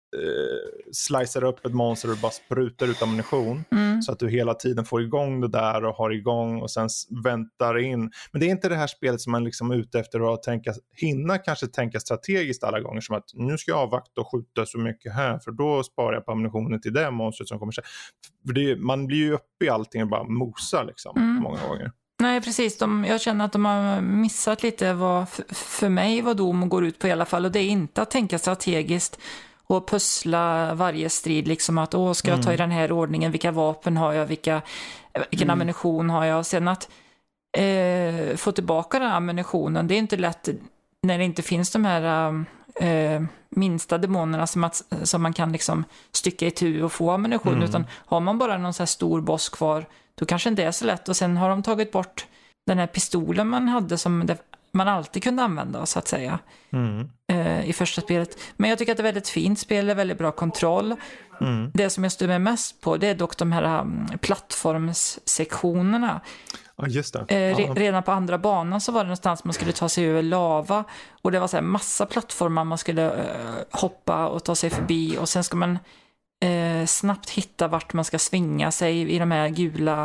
slicear upp ett monster och bara sprutar ut ammunition, så att du hela tiden får igång det där och har igång och sen väntar in. Men det är inte det här spelet som man liksom är ute efter att kanske tänka strategiskt alla gånger, som att nu ska jag avvakta och skjuta så mycket här, för då sparar jag på ammunitionen till det monstret som kommer. För man blir ju uppe i allting och bara mosar liksom många gånger. Nej, precis. Jag känner att de har missat lite för mig vad Doom går ut på i alla fall, och det är inte att tänka strategiskt och pussla varje strid liksom, att ska jag ta i den här ordningen, vilka vapen har jag, vilken ammunition har jag. Sen att få tillbaka den ammunitionen, det är inte lätt när det inte finns de här minsta demonerna som man kan liksom stycka i tur och få ammunition, utan har man bara någon så här stor boss kvar, då kanske inte är så lätt. Och sen har de tagit bort den här pistolen man hade, som man alltid kunde använda, så att säga, i första spelet. Men jag tycker att det är väldigt fint spel, väldigt bra kontroll. Det som jag stod med mest på, det är dock de här plattformssektionerna. Ja, just det. Redan på andra banan så var det någonstans man skulle ta sig över lava, och det var så här massa plattformar man skulle hoppa och ta sig förbi, och sen ska man snabbt hitta vart man ska svinga sig i de här gula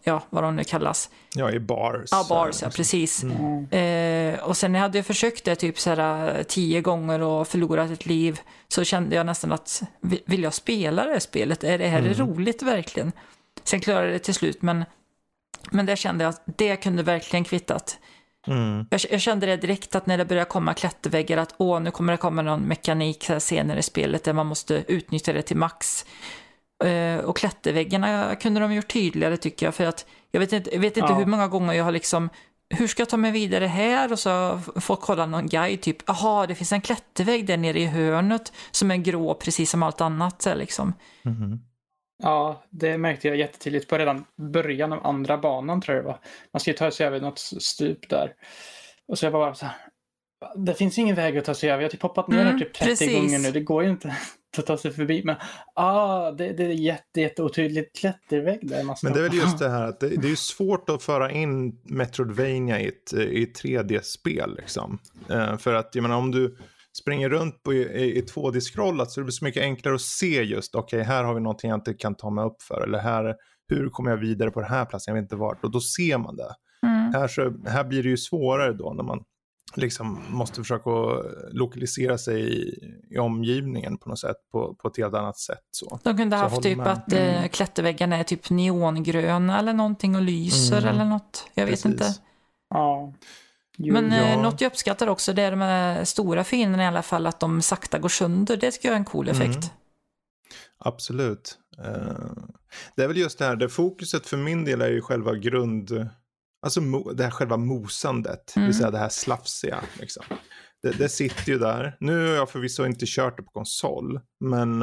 vad de nu kallas. Ja, i bars. Ja, bars, ja, precis. Och sen hade jag försökt det typ 10 gånger och förlorat ett liv, så kände jag nästan att vill jag spela det här spelet? Är det här roligt verkligen? Sen klarade jag det till slut, men där kände jag att det kunde verkligen kvittat. Jag kände det direkt att när det började komma klätterväggar att nu kommer det komma någon mekanik senare i spelet där man måste utnyttja det till max. Och klätterväggarna kunde de gjort tydligare, tycker jag, för att jag vet inte hur många gånger jag har liksom, hur ska jag ta mig vidare här, och så får kolla någon guide typ, det finns en klättervägg där nere i hörnet som är grå precis som allt annat så liksom. Ja, det märkte jag jättetydligt på redan början av andra banan, tror jag det var. Man ska ju ta sig över något stup där. Och så jag bara så här, det finns ingen väg att ta sig över. Jag har typ hoppat ner typ 30 gånger nu. Det går ju inte att ta sig förbi. Men det är jätteotydligt klättervägg där. Men det är väl just det här att det är ju svårt att föra in Metroidvania i ett 3D-spel liksom. För att jag menar, om du springer runt i 2D-scrollat så det blir så mycket enklare att se just här har vi någonting jag inte kan ta mig upp för, eller här, hur kommer jag vidare på den här platsen, jag vet inte vart, och då ser man det. Här blir det ju svårare då när man liksom måste försöka lokalisera sig i omgivningen på något sätt, på ett helt annat sätt. Så. De kunde ha haft typ att klätterväggarna är typ neongröna eller någonting och lyser eller något, jag vet inte. Ja. Men något jag uppskattar också, det är de här stora fienderna i alla fall, att de sakta går sönder. Det tycker jag är en cool effekt. Absolut. Det är väl just det här, det fokuset för min del är ju själva alltså det här själva mosandet, det vill säga det här slafsiga liksom. Det sitter ju där. Nu har jag förvisso inte kört det på konsol, men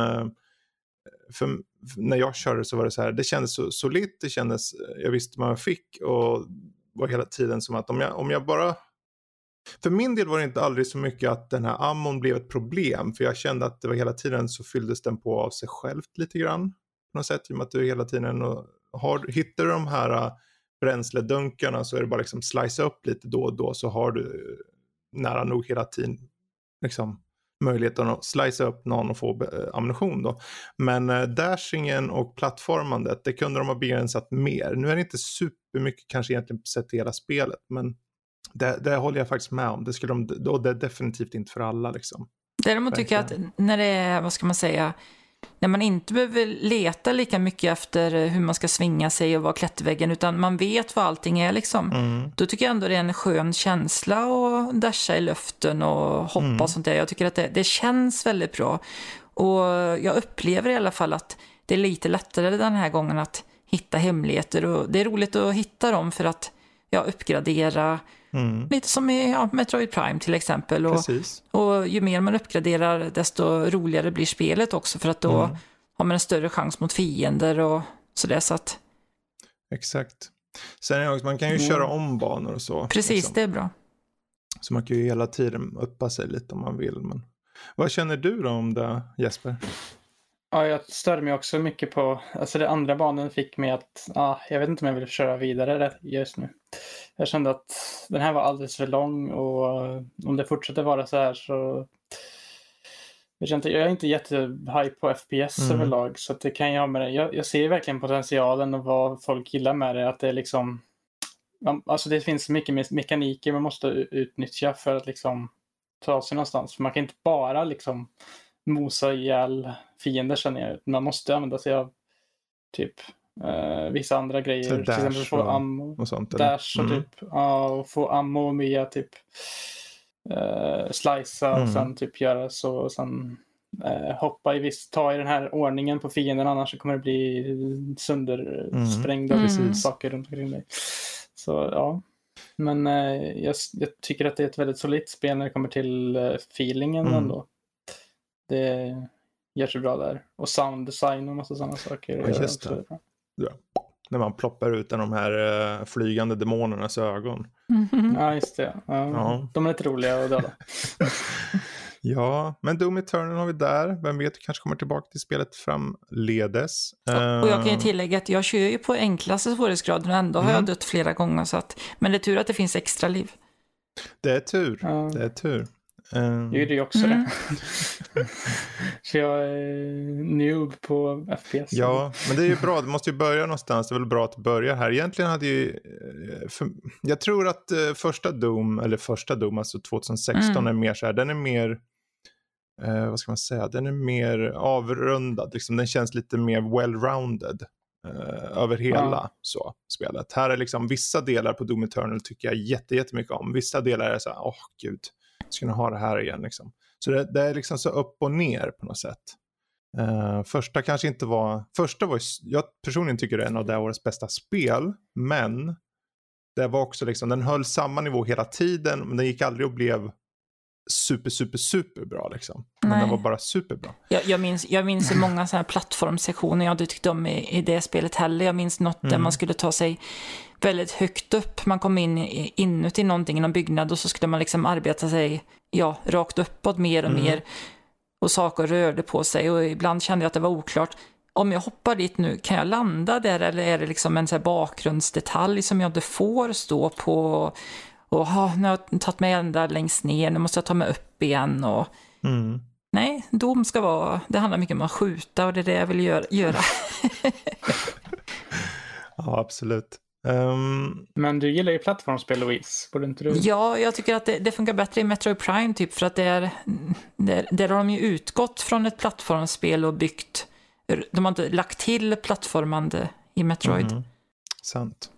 när jag körde så var det så här, det kändes så solitt, det kändes, jag visste vad jag fick, och var hela tiden som att om jag bara, för min del var det inte aldrig så mycket att den här ammon blev ett problem, för jag kände att det var hela tiden så fylldes den på av sig självt lite grann på något sätt, i och med att du hela tiden hittar du de här bränsledunkarna, så är det bara liksom slice upp lite då och då, så har du nära nog hela tiden liksom möjligheten att slice upp någon och få ammunition då. Men dashingen och plattformandet, det kunde de ha begränsat mer. Nu är det inte supermycket kanske egentligen sett i hela spelet, men det håller jag faktiskt med om. Det är definitivt inte för alla liksom. Däremot tycker jag att när det är, vad ska man säga, när man inte behöver leta lika mycket efter hur man ska svinga sig och vara klätterväggen, utan man vet vad allting är liksom. Då tycker jag ändå det är en skön känsla att dasha i luften och hoppa och sånt där. Jag tycker att det känns väldigt bra. Och jag upplever i alla fall att det är lite lättare den här gången att hitta hemligheter. Och det är roligt att hitta dem för att uppgradera. Lite som i Metroid Prime till exempel. Och ju mer man uppgraderar, desto roligare blir spelet också, för att då har man en större chans mot fiender och sådär. Så att... Exakt. Sen är också, man kan ju köra om banor och så. Precis, liksom. Det är bra. Så man kan ju hela tiden uppa sig lite om man vill. Men... Vad känner du då om det, Jesper? Ja, jag störde mig också mycket på, alltså det andra banan fick mig att, jag vet inte om jag vill köra vidare just nu. Jag kände att den här var alldeles för lång, och om det fortsätter vara så här så, jag är inte jättehype på FPS överlag, så att det kan jag ha med det. Jag ser verkligen potentialen och vad folk gillar med det, att det är liksom, alltså det finns mycket mekaniker man måste utnyttja för att liksom ta sig någonstans. För man kan inte bara liksom mosa ihjäl fiender, känner jag. Man måste använda sig av typ vissa andra grejer. Så till exempel få ammo och sånt. Dash och typ och få ammo via typ slicea och sen typ göra så, och sen hoppa ta i den här ordningen på fienden, annars så kommer det bli söndersprängda saker runt omkring dig. Så ja. Men jag tycker att det är ett väldigt solitt spel när det kommer till feelingen ändå. Det gör sig bra där. Och sounddesign och massa sådana saker. Ja, just det. Ja. När man ploppar ut de här flygande demonernas ögon. Ja, just det. Ja. De är lite roliga att döda. Ja, men Doom Eternal har vi där. Vem vet, kanske kommer tillbaka till spelet framledes. Och jag kan ju tillägga att jag kör ju på enklaste svårighetsgraden och ändå har jag dött flera gånger. Så att, men det är tur att det finns extra liv. Det är tur. Det är tur. Jag gjorde ju också det. Så jag är noob på FPS. Ja, men det är ju bra. Du måste ju börja någonstans. Det är väl bra att börja här. Egentligen hade ju... jag tror att första Doom, alltså 2016 är mer så här. Den är mer... vad ska man säga? Den är mer avrundad. Liksom. Den känns lite mer well-rounded över hela så, spelet. Här är liksom vissa delar på Doom Eternal tycker jag jättemycket om. Vissa delar är så här, gud, ska ni ha det här igen liksom. Så det är liksom så upp och ner på något sätt. Första kanske inte var... jag personligen tycker det är en av det årets bästa spel, men det var också liksom, den höll samma nivå hela tiden, men den gick aldrig och blev super bra liksom. Men den var bara superbra. Jag minns många så här plattformsektioner jag hade tyckt om i det spelet heller. Jag minns något där man skulle ta sig väldigt högt upp. Man kom inuti någonting i någon byggnad och så skulle man liksom arbeta sig rakt uppåt mer och mer. Och saker rörde på sig och ibland kände jag att det var oklart. Om jag hoppar dit nu, kan jag landa där eller är det liksom en så här bakgrundsdetalj som jag inte får stå på? Och nu har jag tagit mig ända längst ner, nu måste jag ta mig upp igen. Och... Nej, Doom ska vara... Det handlar mycket om att skjuta och det är det jag vill göra. Ja, absolut. Men du gillar ju plattformsspel, Louise, borde inte du? Ja, jag tycker att det funkar bättre i Metroid Prime typ, för att där har de ju utgått från ett plattformsspel och byggt... De har inte lagt till plattformande i Metroid. Sant.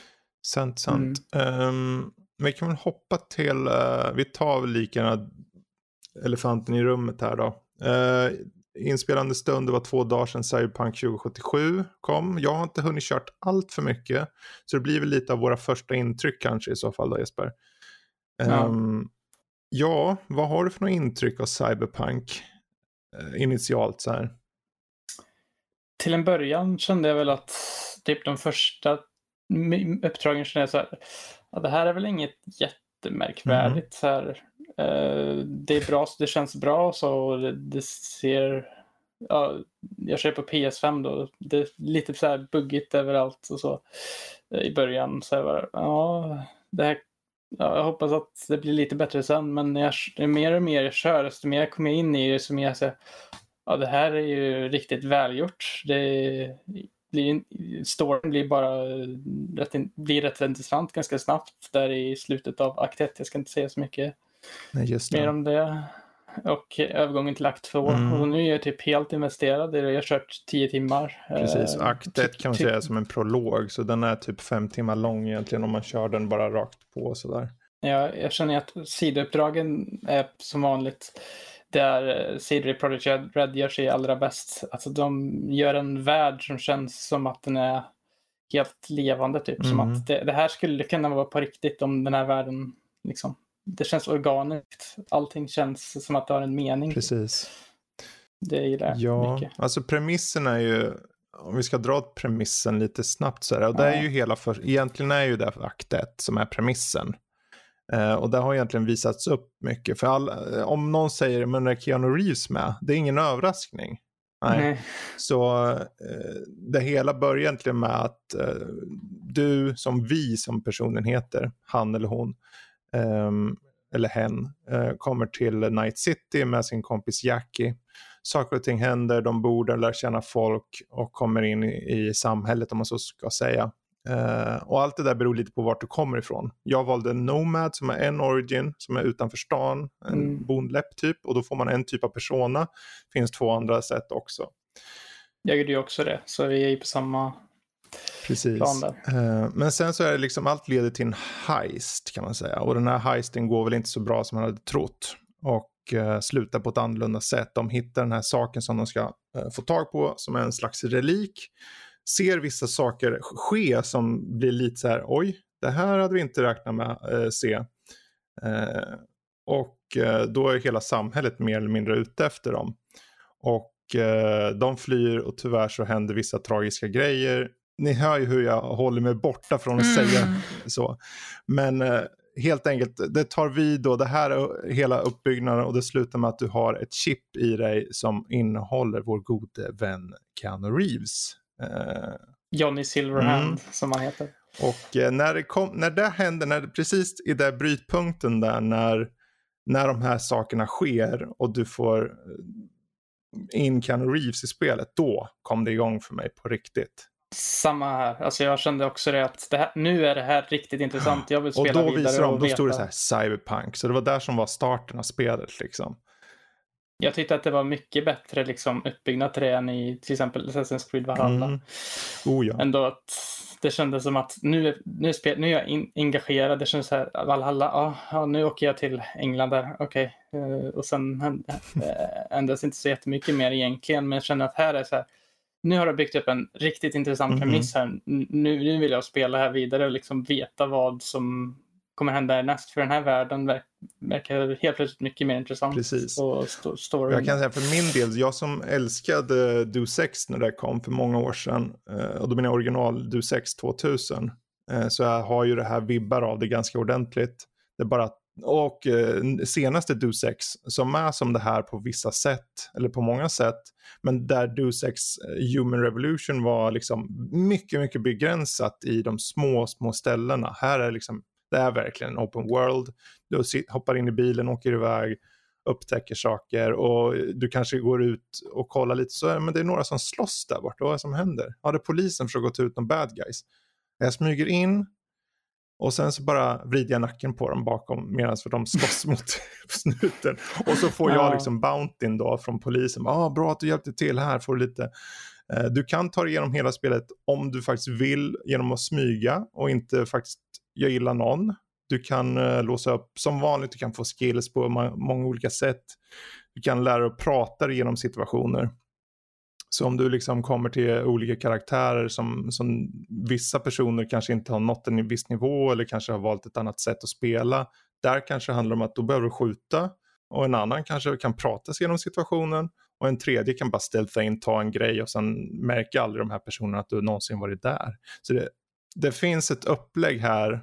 Vi kan väl hoppa till... vi tar väl lika elefanten i rummet här då. Inspelande stund, det var 2 dagar sedan Cyberpunk 2077 kom. Jag har inte hunnit kört allt för mycket. Så det blir väl lite av våra första intryck kanske i så fall då, Jesper. Vad har du för något intryck av Cyberpunk initialt så här? Till en början kände jag väl att typ de första uppdragen kände jag så här, det här är väl inget jättemärkvärdigt så här. Det är bra, det känns bra så det ser jag kör på PS5 då, det är lite så här buggigt överallt och så i början så här, det här, jag hoppas att det blir lite bättre sen, men mer och mer jag kör, desto mer jag kommer in i det, så mer jag säger, det här är ju riktigt välgjort. Storyn blir rätt intressant ganska snabbt där i slutet av akt 1. Jag ska inte säga så mycket mer om det. Och övergången till akt 2. Och nu är jag typ helt investerad i det. Jag har kört 10 timmar. Precis, akt 1 kan man säga som en prolog. Så den är typ 5 timmar lång egentligen om man kör den bara rakt på sådär. Ja, jag känner att sidouppdragen är som vanligt där CD Projekt Red gör sig allra bäst. Alltså de gör en värld som känns som att den är helt levande typ. Som att det här skulle kunna vara på riktigt om den här världen liksom. Det känns organiskt. Allting känns som att det har en mening. Precis. Det gillar jag mycket. Alltså premissen är ju, om vi ska dra premissen lite snabbt så här, och det är ju egentligen är ju det akt 1 som är premissen. Och det har egentligen visats upp mycket. För om någon säger, men när Keanu Reeves med, det är ingen överraskning. Nej. Så det hela börjar egentligen med att du som personen heter, han eller hon, eller hen, kommer till Night City med sin kompis Jackie. Saker och ting händer, de bor där, lär känna folk och kommer in i samhället om man så ska säga. Och allt det där beror lite på vart du kommer ifrån. Jag valde Nomad som är en origin som är utanför stan, en bondläpp typ, och då får man en typ av persona. Finns 2 andra sätt också. Jag gjorde ju också det, så vi är ju på samma plan där. Men sen så är det liksom, allt leder till en heist kan man säga, och den här heisten går väl inte så bra som man hade trott och slutar på ett annorlunda sätt. De hittar den här saken som de ska få tag på som är en slags relik. Ser vissa saker ske som blir lite så här, oj, det här hade vi inte räknat med se. Och då är hela samhället mer eller mindre ute efter dem. Och de flyr och tyvärr så händer vissa tragiska grejer. Ni hör ju hur jag håller mig borta från att säga så. Men helt enkelt, det tar vid då, det här är hela uppbyggnaden och det slutar med att du har ett chip i dig som innehåller vår gode vän Keanu Reeves. Johnny Silverhand som han heter. Och när det händer, precis i den brytpunkten där när när de här sakerna sker och du får in Keanu Reeves i spelet, då kom det igång för mig på riktigt. Samma här. Alltså jag kände också det att nu är det här riktigt intressant. Jag vill spela vidare. Och då visade de, då stod det så här Cyberpunk. Så det var där som var starten av spelet liksom. Jag tyckte att det var mycket bättre liksom uppbyggnad till det än i till exempel Assassin's Creed Valhalla. Ja. Ändå att det kändes som att nu är jag engagerad. Det känns så här, Valhalla, nu åker jag till England där, okej. Och sen ändras inte så jättemycket mer egentligen. Men jag känner att här är så här, nu har det byggt upp en riktigt intressant premiss här. Nu vill jag spela här vidare och liksom veta vad som kommer hända härnäst. För den här världen verkar helt plötsligt mycket mer intressant. Precis. Och jag kan säga för min del, jag som älskade Deus Ex när det kom för många år sedan, och då menar jag original Deus Ex 2000, så jag har ju det här vibbar av det ganska ordentligt. Det är bara och senaste Deus Ex som är som det här på vissa sätt, eller på många sätt, men där Deus Ex Human Revolution var liksom mycket, mycket begränsat i de små ställena. Här är liksom, det är verkligen en open world. Du hoppar in i bilen, åker iväg, upptäcker saker och du kanske går ut och kollar lite så, men det är några som slåss där borta. Vad är det som händer? Ja, det är polisen försöker ta ut de bad guys. Jag smyger in och sen så bara vrider jag nacken på dem bakom medan de slåss mot snuten. Och så får jag liksom bountyn då från polisen. Bra att du hjälpte till, här får du lite. Du kan ta igenom hela spelet om du faktiskt vill genom att smyga och inte faktiskt jag gillar någon. Du kan låsa upp som vanligt, du kan få skills på många olika sätt. Du kan lära dig att prata genom situationer. Så om du liksom kommer till olika karaktärer som vissa personer kanske inte har nått en viss nivå eller kanske har valt ett annat sätt att spela. Där kanske handlar det om att då behöver du skjuta och en annan kanske kan prata sig genom situationen och en tredje kan bara stealtha in, ta en grej och sen märker aldrig de här personerna att du någonsin varit där. Så det finns ett upplägg här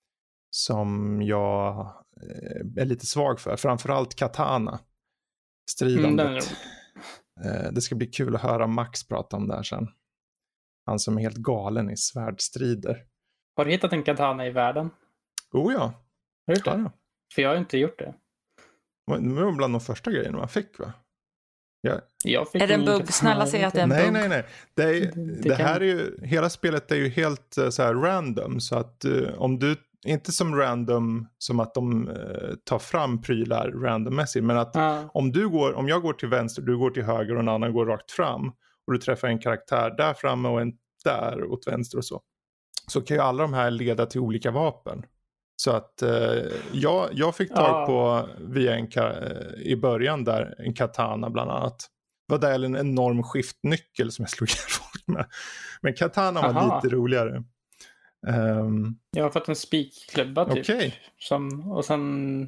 som jag är lite svag för. Framförallt Katana. Stridandet. Det ska bli kul att höra Max prata om det här sen. Han som är helt galen i svärdstrider. Har du hittat en katana i världen? Oh ja. Har du gjort det? För jag har inte gjort det. Det var bland de första grejerna man fick, va? Jag fick är det en bugg? Snälla säg att det är en bugg. Nej. Det här är ju, hela spelet är ju helt så här random. Så att om du, inte som random som att de tar fram prylar randommässigt. Men att om jag går till vänster, du går till höger och en annan går rakt fram. Och du träffar en karaktär där framme och en där åt vänster och så. Så kan ju alla de här leda till olika vapen. Så att jag fick tag på via i början där en katana bland annat. Det var där en enorm skiftnyckel som jag slog ihjäl med. Men katana var lite roligare. Jag har fått en spikklubba typ. Okay. Och sen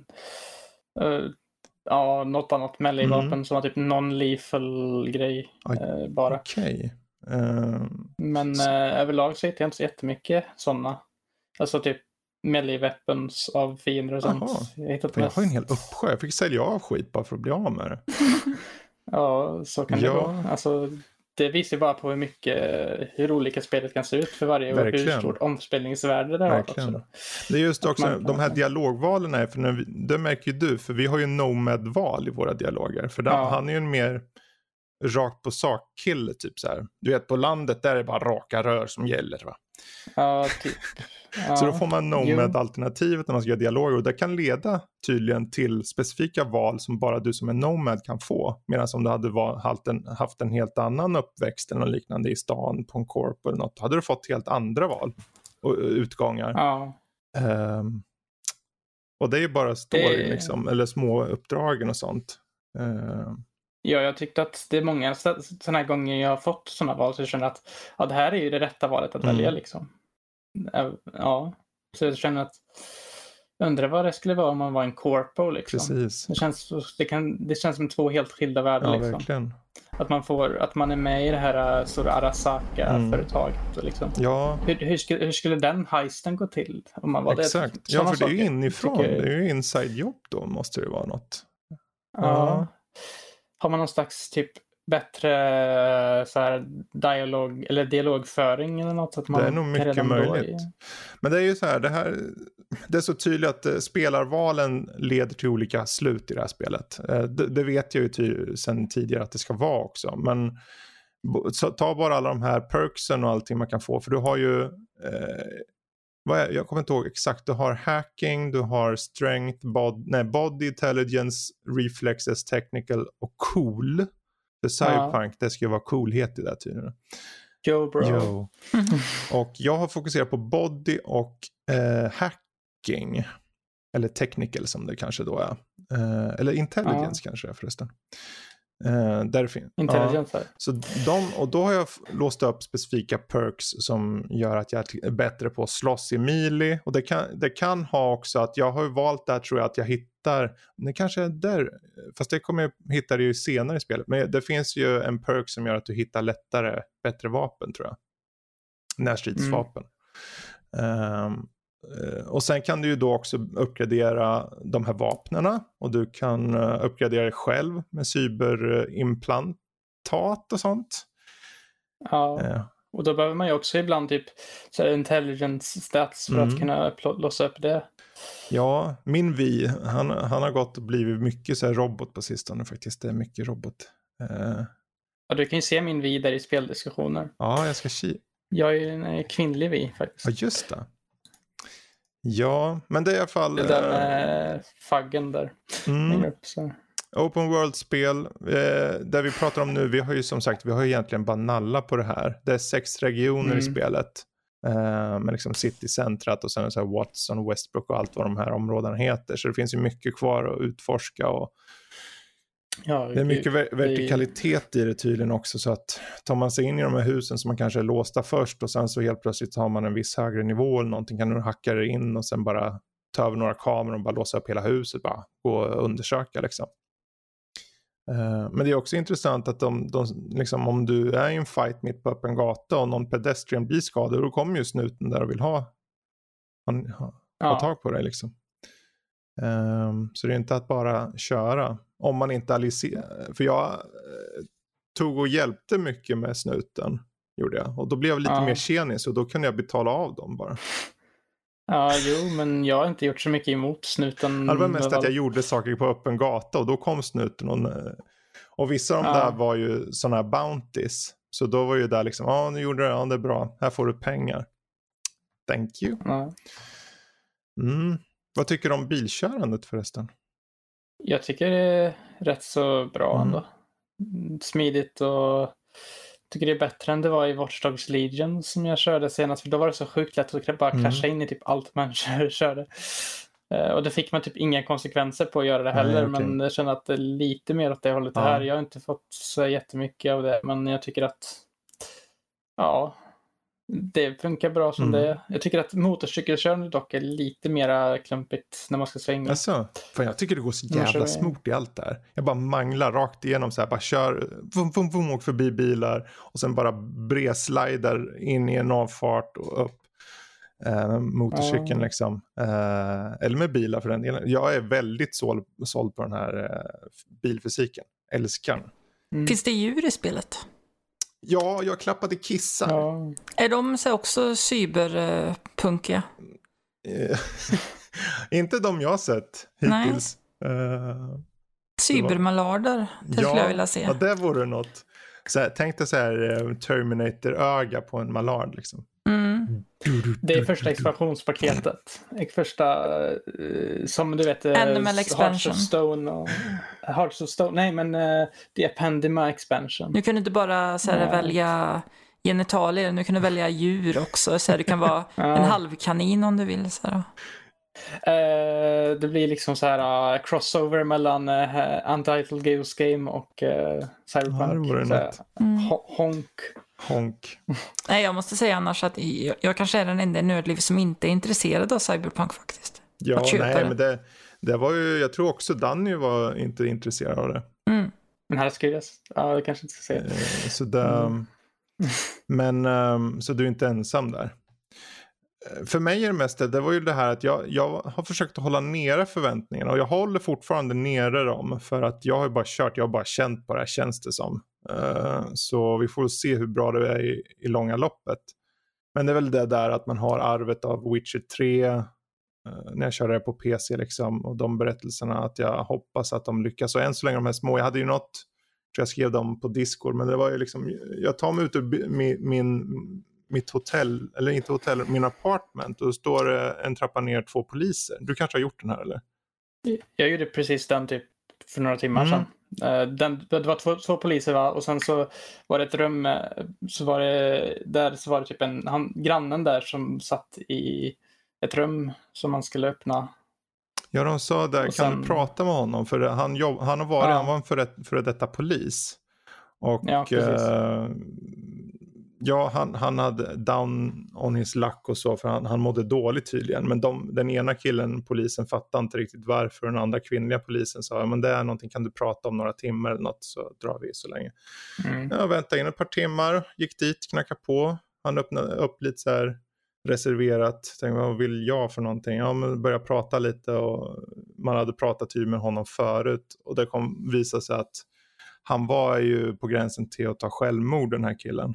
något annat melee-vapen som var typ non-lethal grej bara. Okej. Men överlag så hittar jag inte så jättemycket sådana. Alltså typ melee weapons av fiender och sånt. Jag har en hel uppsjö. Jag fick sälja av skit bara för att bli av med det. Ja, så kan det vara. Alltså, det visar bara på hur olika spelet kan se ut för varje och hur stort omspelningsvärde det har också. Det är just också de här dialogvalen är, för det märker ju du, för vi har ju Nomad-val i våra dialoger. För han är ju en mer rakt på sak-kille typ så här. Du vet, på landet där är det bara raka rör som gäller, va? Ja, typ. Så då får man Nomad-alternativet när man ska göra dialoger. Och det kan leda tydligen till specifika val som bara du som är Nomad kan få. Medan om du hade haft en helt annan uppväxt eller liknande i stan på en corp eller något, hade du fått helt andra val och utgångar. Och det är ju bara story liksom, eller små uppdragen och sånt. Ja, jag tyckte att det är många sådana här gånger jag har fått sådana val så jag känner att det här är ju det rätta valet att välja liksom. Ja, så jag känner att undrar vad det skulle vara om man var en corpo liksom. Precis. Det känns som två helt skilda världar liksom. Verkligen. Att man är med i det här stora Arasaka-företaget liksom. Ja. Hur skulle den heisten gå till om man var exakt. det? Ja, för det är ju inifrån. Det är ju inside jobb då, måste det vara något. Ja. Har man någon slags typ bättre så här dialogföring eller något, så att man det är nog mycket möjligt. Men det är ju så här, det är så tydligt att spelarvalen leder till olika slut i det här spelet. Det vet jag ju sedan tidigare att det ska vara också. Men ta bara alla de här perksen och allting man kan få. För du har ju, jag kommer inte ihåg exakt, du har hacking, du har strength, body intelligence, reflexes, technical och cool. För Cyberpunk, det ska ju vara coolhet i det tydligen. Yo bro. Och jag har fokuserat på body och hacking. Eller technical som det kanske då är. Eller intelligence kanske förresten. Intelligence här. Så då har jag låst upp specifika perks som gör att jag är bättre på att slåss i melee. Och det kan ha också att jag har valt där, tror jag, att jag hittar, det kanske är där, fast det kommer jag hitta det ju senare i spelet. Men det finns ju en perk som gör att du hittar lättare, bättre vapen, tror jag. Närstridsvapen. Och sen kan du ju då också uppgradera de här vapnena, och du kan uppgradera dig själv med cyberimplantat och sånt. Ja, och då behöver man ju också ibland typ så här intelligence stats för att kunna låsa upp det. Ja, min Vi, han har gått och blivit mycket så här robot på sistone faktiskt. Det är mycket robot. Ja, du kan ju se min Vi där i speldiskussioner. Ja, jag ska Jag är en kvinnlig Vi faktiskt. Ja, just det. Ja, men det är i alla fall... Det där med faggen där. Upp, så. Open World-spel. Där vi pratar om nu, vi har ju som sagt, vi har ju egentligen bara nalla på det här. Det är 6 regioner i spelet. Med liksom city-centrat och sen så här Watson, Westbrook och allt vad de här områdena heter. Så det finns ju mycket kvar att utforska, och det är mycket vertikalitet i det tydligen också, så att tar man sig in i de här husen som man kanske är låsta först och sen så helt plötsligt har man en viss högre nivå eller någonting, kan du hacka det in och sen bara ta över några kameror och bara låsa upp hela huset, bara gå och undersöka liksom. Men det är också intressant att de liksom, om du är i en fight mitt på öppen gata och någon pedestrian blir skadad, då kommer ju snuten där och vill ha tag på dig liksom. Så det är inte att bara köra om man inte aliserar. För jag tog och hjälpte mycket med snuten, gjorde jag. Och då blev jag lite mer tjenis, och då kunde jag betala av dem bara. Ja, jo, men jag har inte gjort så mycket emot snuten. Det var mest att jag gjorde saker på öppen gata, och då kom snuten. Och vissa av dem där var ju sådana här bounties. Så då var ju där liksom, nu gjorde det, det är bra. Här får du pengar. Thank you. Vad tycker du om bilkörandet förresten? Jag tycker det är rätt så bra ändå. Smidigt, och tycker det är bättre än det var i Watch Dogs Legion som jag körde senast. För då var det så sjukt lätt att bara krascha in i typ allt man körde. Och det fick man typ inga konsekvenser på att göra det heller. Nej, okay. Men jag känner att det är lite mer åt det hållet det här. Jag har inte fått så jättemycket av det. Men jag tycker att det funkar bra som det är. Jag tycker att motorcykelkörande dock är lite mera klumpigt när man ska svänga. Alltså, för jag tycker det går så jävla smort i allt där. Jag bara manglar rakt igenom så här, bara kör, åker förbi bilar och sen bara bredslider in i en avfart och upp motorcykeln liksom. Eller med bilar för den delen. Jag är väldigt såld på den här bilfysiken. Älskar den. Finns det djur i spelet? Ja, jag klappade kissar. Ja. Är de så också cyberpunkiga? Inte de jag har sett hittills. Cybermalarder, det skulle jag vilja se. Ja, det vore något. Tänk dig så här Terminator-öga på en malard liksom. Det är första expansionspaketet. Första, som du vet, Animal Expansion. Hearts of Stone. Nej, men det är Pandema Expansion. Nu kan du inte bara så här, välja genitalier, nu kan du välja djur också. Så här, du kan vara en halvkanin om du vill. Så här. Det blir liksom så här crossover mellan Untitled Goose Game och Cyberpunk. Honk. Nej, jag måste säga annars att jag kanske är den enda nördliv som inte är intresserad av Cyberpunk faktiskt. Ja, nej, men det var ju, jag tror också Danny var inte intresserad av det. Men här ska jag, det kanske inte ska säga. Så det, men så du är inte ensam där. För mig är det mest det var ju det här att jag har försökt att hålla nere förväntningarna, och jag håller fortfarande nere dem, för att jag har bara känt på det här, känns det som. Så vi får se hur bra det är i långa loppet. Men det är väl det där att man har arvet av Witcher 3 när jag kör det på PC liksom, och de berättelserna, att jag hoppas att de lyckas. Och än så länge de här små, jag hade ju något, tror jag skrev dem på Discord, men det var ju liksom, jag tar mig ut ur mitt hotell, eller inte hotell, min apartment, och då står det en trappa ner 2 poliser. Du kanske har gjort den här, eller? Jag gjorde precis den typ för några timmar sedan. Det var 2 poliser, va? Och sen så var det ett rum, så var det typ grannen där som satt i ett rum som man skulle öppna. Ja, de sa där, och kan du prata med honom? För han var en före detta polis. Och han hade down on his luck och så, för han mådde dåligt tydligen. Men den ena polisen fattade inte riktigt varför. Den andra kvinnliga polisen sa, men det är någonting, kan du prata om några timmar eller något, så drar vi så länge. Jag väntade in ett par timmar, gick dit, knackade på. Han öppnade upp lite så här reserverat. Tänkte, vad vill jag för någonting? Ja, men började prata lite, och man hade pratat typ med honom förut. Och det kom visa sig att han var ju på gränsen till att ta självmord, den här killen.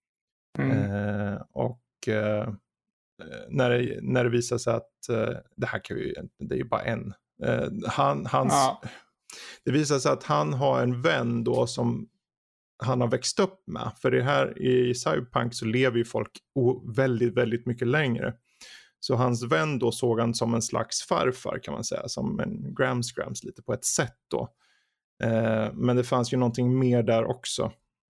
När det visade sig att det här det är ju bara en. Det visade sig att han har en vän då som han har växt upp med. För det här i Cyberpunk så lever ju folk väldigt, väldigt mycket längre. Så hans vän då såg han som en slags farfar, kan man säga. Som en Grams lite på ett sätt då. Men det fanns ju någonting mer där också.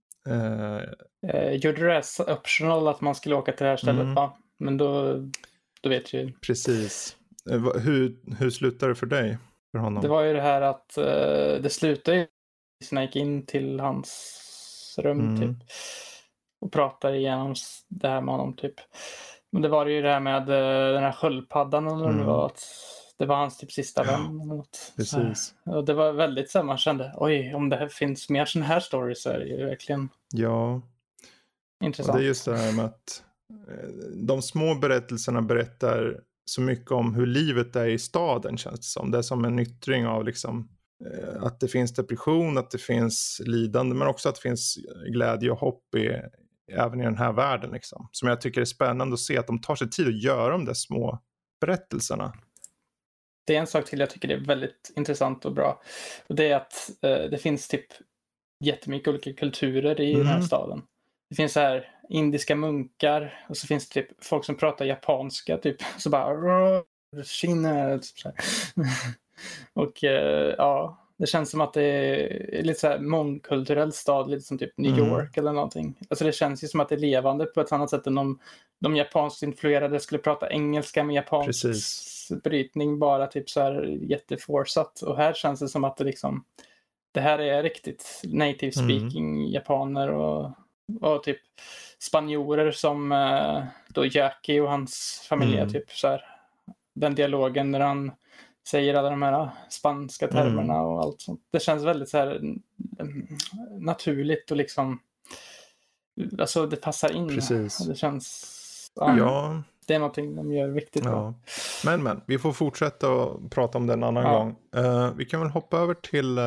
Gjorde det optional att man skulle åka till det här stället, va? Men då vet ju. Precis. Hur slutade det för dig? För honom? Det var ju det här att det slutade ju när jag gick in till hans rum typ, och pratade igenom det här med honom typ. Men det var ju det här med den här sköldpaddan, eller det var att det var hans typ sista vän eller något. Precis. Och det var väldigt så, man kände, oj, om det här finns mer sån här stories så är det ju verkligen intressant. Och det är just det här med att de små berättelserna berättar så mycket om hur livet är i staden, känns det som. Det är som en yttring av liksom att det finns depression, att det finns lidande, men också att det finns glädje och hopp även i den här världen liksom. Som jag tycker är spännande att se, att de tar sig tid att göra de där små berättelserna. Det är en sak till jag tycker det är väldigt intressant och bra. Och det är att det finns typ jättemycket olika kulturer i den här staden. Det finns så här indiska munkar, och så finns det typ folk som pratar japanska typ, så bara Kina typ så här. Och det känns som att det är lite så här mångkulturell stad, lite som typ New York eller någonting. Alltså det känns ju som att det är levande på ett annat sätt än om de japanskt influerade skulle prata engelska med japansk brytning, bara typ så här jätteforsat. Och här känns det som att det här är riktigt native speaking japaner och typ spanjorer som då Jackie och hans familj typ så här. Den dialogen när han säger alla de här spanska termerna och allt sånt. Det känns väldigt så här naturligt och liksom, alltså det passar in. Precis. Det känns det är någonting de gör viktigt. Men vi får fortsätta att prata om det en annan gång. Vi kan väl hoppa över till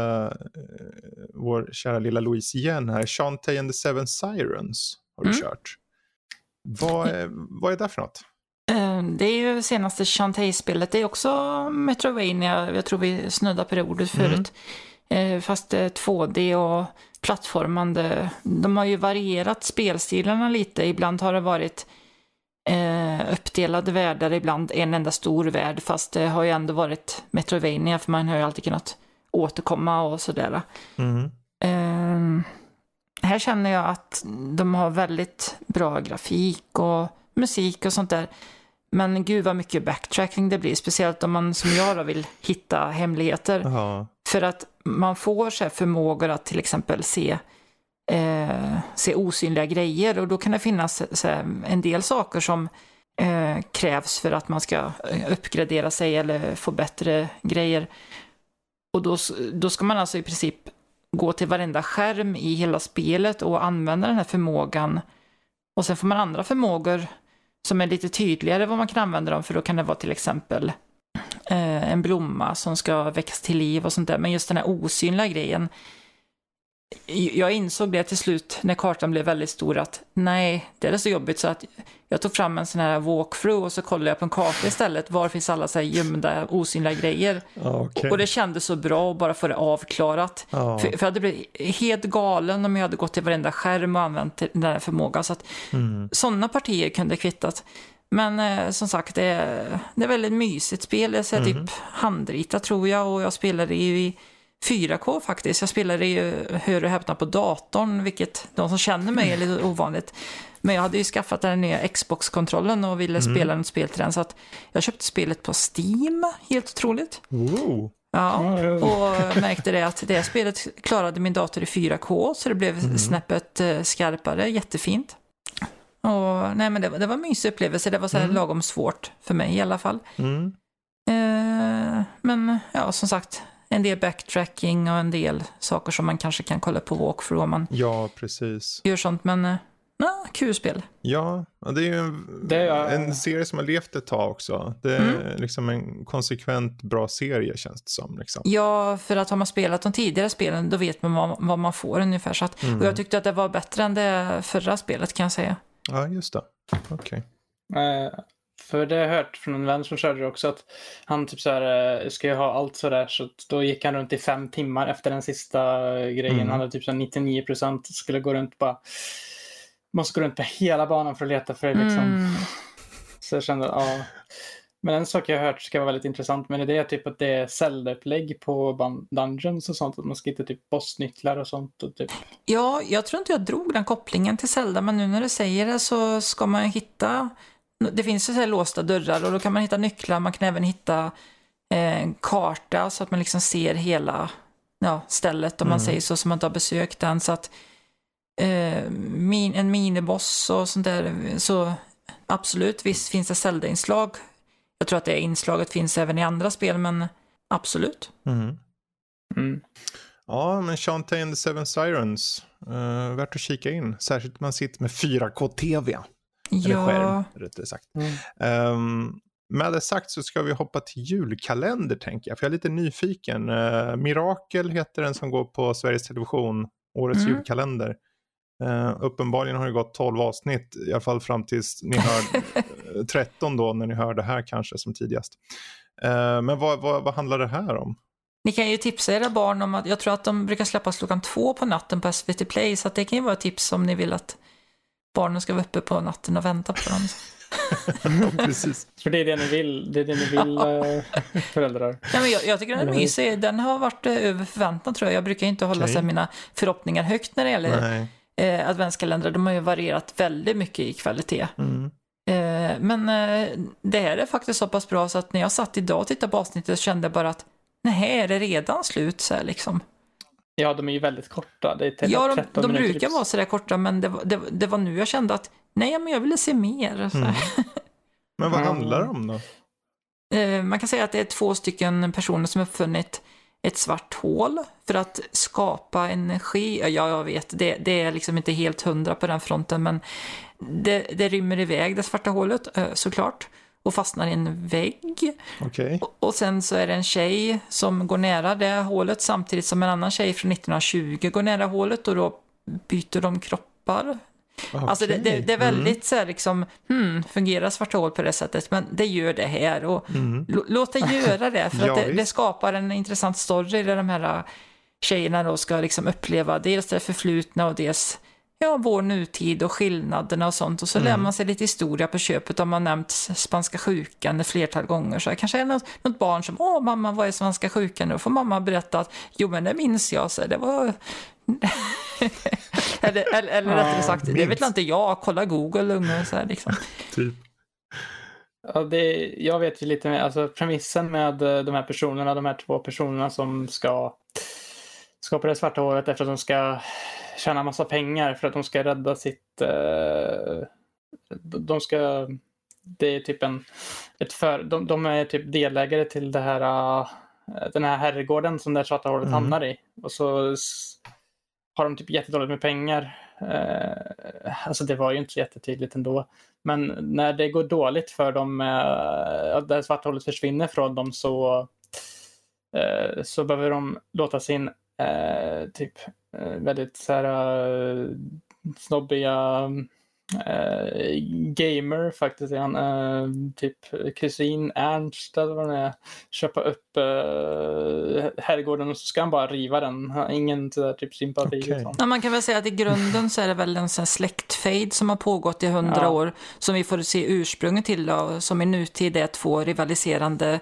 vår kära lilla Louise igen här. Shantae and the Seven Sirens har du kört. Vad är det för något? Det är ju senaste Shantae-spelet. Det är också Metroidvania. Jag tror vi snuddar på det ordet förut. Fast 2D och plattformande. De har ju varierat spelstilarna lite. Ibland har det varit uppdelade världar, ibland en enda stor värld. Fast det har ju ändå varit Metroidvania, för man har ju alltid kunnat återkomma och sådär. Här känner jag att de har väldigt bra grafik och musik och sånt där. Men gud vad mycket backtracking det blir. Speciellt om man som jag då vill hitta hemligheter. För att man får så här förmågor att till exempel se osynliga grejer. Och då kan det finnas så här, en del saker som krävs för att man ska uppgradera sig eller få bättre grejer. Och då ska man alltså i princip gå till varenda skärm i hela spelet och använda den här förmågan. Och sen får man andra förmågor som är lite tydligare vad man kan använda dem för. Då kan det vara till exempel en blomma som ska växa till liv och sånt där. Men just den här osynliga grejen, Jag insåg det till slut när kartan blev väldigt stor att nej, det är så jobbigt så att jag tog fram en sån här walkthrough och så kollade jag på en karta istället. Var finns alla så här gömda, osynliga grejer? Okay. Och det kändes så bra att bara få det avklarat. För jag hade blivit helt galen om jag hade gått till varenda skärm och använt den där förmågan. Så att sådana partier kunde kvittat. Men som sagt, det är väldigt mysigt spel. Det är typ handritat tror jag. Och jag spelade ju i 4K faktiskt. Jag spelade ju, hör och häpna, på datorn, vilket de som känner mig är lite ovanligt. Men jag hade ju skaffat den nya Xbox-kontrollen och ville spela något spel till den. Så att jag köpte spelet på Steam, helt otroligt. Ja, och märkte det att det spelet klarade min dator i 4K. Så det blev snäppet skarpare, jättefint. Och nej, men det var en mysig upplevelse. Det var så här lagom svårt för mig i alla fall. Men ja, som sagt, en del backtracking och en del saker som man kanske kan kolla på walkthrough om man precis. Gör sånt, men kul spel. Ja, det är ju en serie som har levt ett tag också. Det är liksom en konsekvent bra serie, känns det som. Liksom. Ja, för att har man spelat de tidigare spelen, då vet man vad man får ungefär. Så att, och jag tyckte att det var bättre än det förra spelet, kan jag säga. Ja, just det. Okej. För det har jag hört från en vän som körde det också, att han typ så här ska ju ha allt så där, så då gick han runt i 5 timmar efter den sista grejen. Han hade typ så 99%, skulle gå runt bara, måste gå runt på hela banan för att leta för det liksom. Så jag kände, men en sak jag har hört ska vara väldigt intressant, men det är typ att det är Zelda-upplägg på dungeons och sånt, att man ska hitta typ bossnycklar och sånt och typ. Ja, jag tror inte jag drog den kopplingen till Zelda, men nu när du säger det så ska man hitta, det finns ju så här låsta dörrar och då kan man hitta nycklar, man kan även hitta en karta så att man liksom ser hela stället, om man säger så, som man inte har besökt den, så att en miniboss och sånt där, så absolut, visst finns det Zelda-inslag. Jag tror att det inslaget finns även i andra spel, men absolut. Ja, men Shantae and the Seven Sirens, värt att kika in, särskilt man sitter med 4K-TV. Eller skärm, rättare sagt. Med det sagt så ska vi hoppa till julkalender, tänker jag. För jag är lite nyfiken. Mirakel heter den som går på Sveriges Television. Årets julkalender. Uppenbarligen har det gått 12 avsnitt. I alla fall fram tills ni hör 13 då, när ni hör det här kanske som tidigast. Men vad handlar det här om? Ni kan ju tipsa era barn om att, jag tror att de brukar släppas klockan 2 på natten på SVT Play. Så att det kan ju vara ett tips om ni vill att barnen ska vara uppe på natten och vänta på dem. Ja, precis. För det är det ni vill, föräldrar. Ja, men jag tycker den är mysig. Den har varit över förväntan, tror jag. Jag brukar inte hålla sig mina förhoppningar högt när det gäller adventskalendrar. De har ju varierat väldigt mycket i kvalitet. Men det här är faktiskt så pass bra så att när jag satt idag och tittade på avsnittet så kände jag bara att nej, är det redan slut så här, liksom. Ja, de är ju väldigt korta. Det är de brukar vara så där korta, men det var nu jag kände att nej, men jag ville se mer. Men vad handlar det om då? Man kan säga att det är 2 stycken personer som har uppfunnit ett svart hål för att skapa energi. Ja, jag vet, det är liksom inte helt 100 på den fronten, men det rymmer iväg det svarta hålet, såklart, och fastnar i en vägg. Okay. Och sen så är det en tjej som går nära det hålet samtidigt som en annan tjej från 1920 går nära hålet, och då byter de kroppar. Okay. Alltså det är väldigt så här, liksom, fungerar svarta hål på det sättet, men det gör det här, och låt det göra det, för att det skapar en intressant story där de här tjejerna då ska liksom uppleva dels det förflutna och dels vår nutid och skillnaderna och sånt, och så lär man sig lite historia på köpet. Om man nämnt spanska sjukan ett flertal gånger, så kanske är det något barn som, mamma, vad är spanska sjukan? Då får mamma berätta att, jo men det minns jag, så det var eller rättare sagt, det vet inte jag, kolla Google unga, så här, liksom. Typ. Ja, jag vet ju lite mer, alltså premissen med de här 2 personerna som ska skapa det svarta hålet efter att de ska tjäna massa pengar för att de ska rädda sitt det är typ de är typ delägare till det här den här herrgården som det svarta hålet hamnar i, och så har de typ jättedåligt med pengar. Alltså det var ju inte så jättetydligt ändå, men när det går dåligt för dem, att det svarta hålet försvinner från dem, så behöver de låta sin typ väldigt så här snobbiga gamer faktiskt. Han typ kusin Ernst eller vad det är, köpa upp herrgården och så ska han bara riva den. Ingen så där, typ sympati. Okay. Ja, man kan väl säga att i grunden så är det väl en sån här släktfejd som har pågått i 100 år som vi får se ursprunget till då, som i nutid är 2 rivaliserande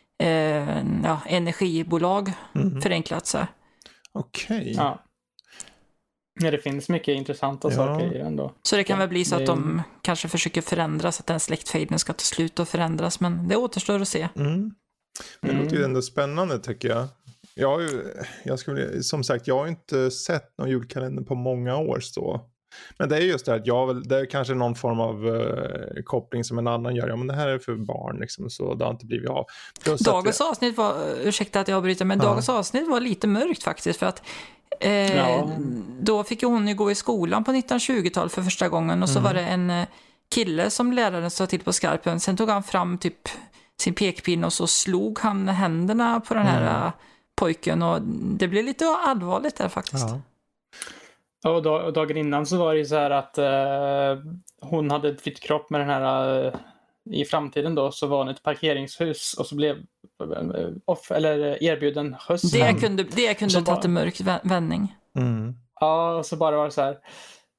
energibolag förenklat så här. Okej. Ja. Ja, det finns mycket intressanta saker i den då. Så det kan väl bli så att de kanske försöker förändras, att den släktfejden ska ta slut och förändras, men det återstår att se. Det låter ju ändå spännande tycker jag. Som sagt, jag har inte sett någon julkalender på många år så. Men det är just det att det är kanske någon form av koppling som en annan gör. Ja, men det här är för barn liksom, så det har inte blivit av. Dagens avsnitt var, ursäkta att jag avbryter, men dagens avsnitt var lite mörkt faktiskt för att då fick hon ju gå i skolan på 1920-talet för första gången och så var det en kille som läraren sa till på skarpen. Sen tog han fram typ sin pekpinne och så slog han händerna på den här pojken och det blev lite allvarligt där faktiskt. Ja. Och dagen innan så var det ju så här att hon hade ett vitt kropp med den här i framtiden då så var hon ett parkeringshus och så blev erbjuden skjuts. Det kunde tagit en mörk vändning. Ja, och så bara var det så här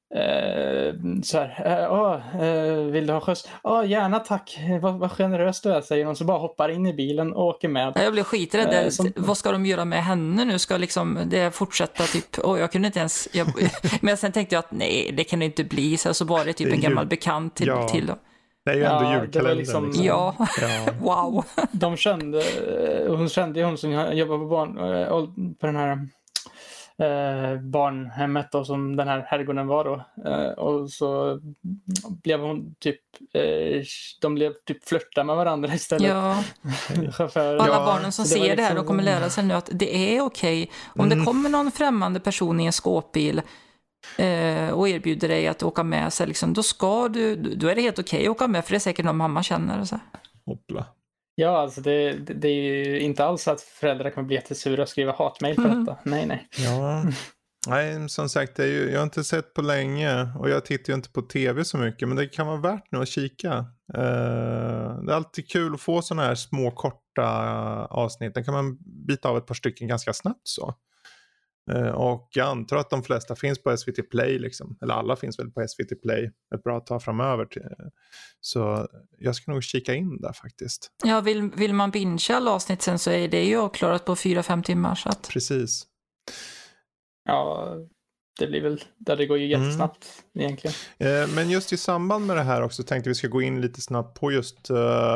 vill du ha skjuts? Gärna tack, vad generöst du är, säger hon, så bara hoppar in i bilen och åker med. Jag blev skiträdd. Vad ska de göra med henne nu? Ska liksom det fortsätta typ, jag kunde inte ens men sen tänkte jag att nej, det kan det inte bli, så var det typ en gammal bekant till det är ju ändå julkalender. Liksom, wow. Hon kände ju hon som jobbar på den här barnhemmet då, som den här herrgården var då, och så blev hon typ de blev typ flörta med varandra istället. Alla barnen som ser det här liksom... kommer lära sig nu att det är okej. Om det kommer någon främmande person i en skåpbil och erbjuder dig att åka med så liksom, då är det helt okej att åka med, för det är säkert någon mamma känner och så. Hoppla. Ja, alltså det är ju inte alls att föräldrar kommer bli jättesura och skriva hatmejl för detta. Nej. Ja. Nej, som sagt, jag har inte sett på länge och jag tittar ju inte på tv så mycket, men det kan vara värt nu att kika. Det är alltid kul att få sådana här små korta avsnitt. Där kan man bita av ett par stycken ganska snabbt så. Och jag antar att de flesta finns på SVT Play liksom. Eller alla finns väl på SVT Play ett bra tag framöver. Så jag ska nog kika in där faktiskt. Ja, vill man bingea alla avsnitt sen så är det ju avklarat på 4-5 timmar. Så att... Precis. Ja, det blir väl där det går ju jättesnabbt egentligen. Men just i samband med det här också tänkte vi ska gå in lite snabbt på just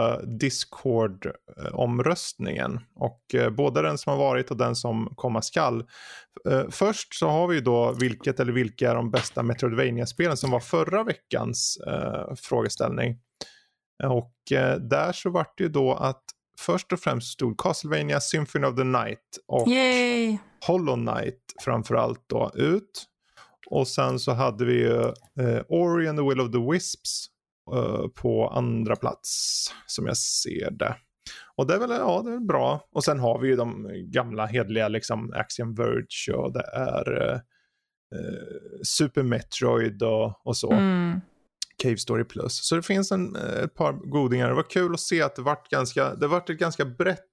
Discord-omröstningen. Och både den som har varit och den som komma skall. Först så har vi ju då vilka är de bästa Metroidvania-spelen som var förra veckans frågeställning. Och där så var det ju då att först och främst stod Castlevania Symphony of the Night och Hollow Knight framförallt då ut. Och sen så hade vi ju Ori and the Will of the Wisps på andra plats som jag ser det. Och det är väl det är bra. Och sen har vi ju de gamla hedliga liksom Axiom Verge och det är Super Metroid och så. Cave Story Plus. Så det finns ett par godingar. Det var kul att se att det vart ett ganska brett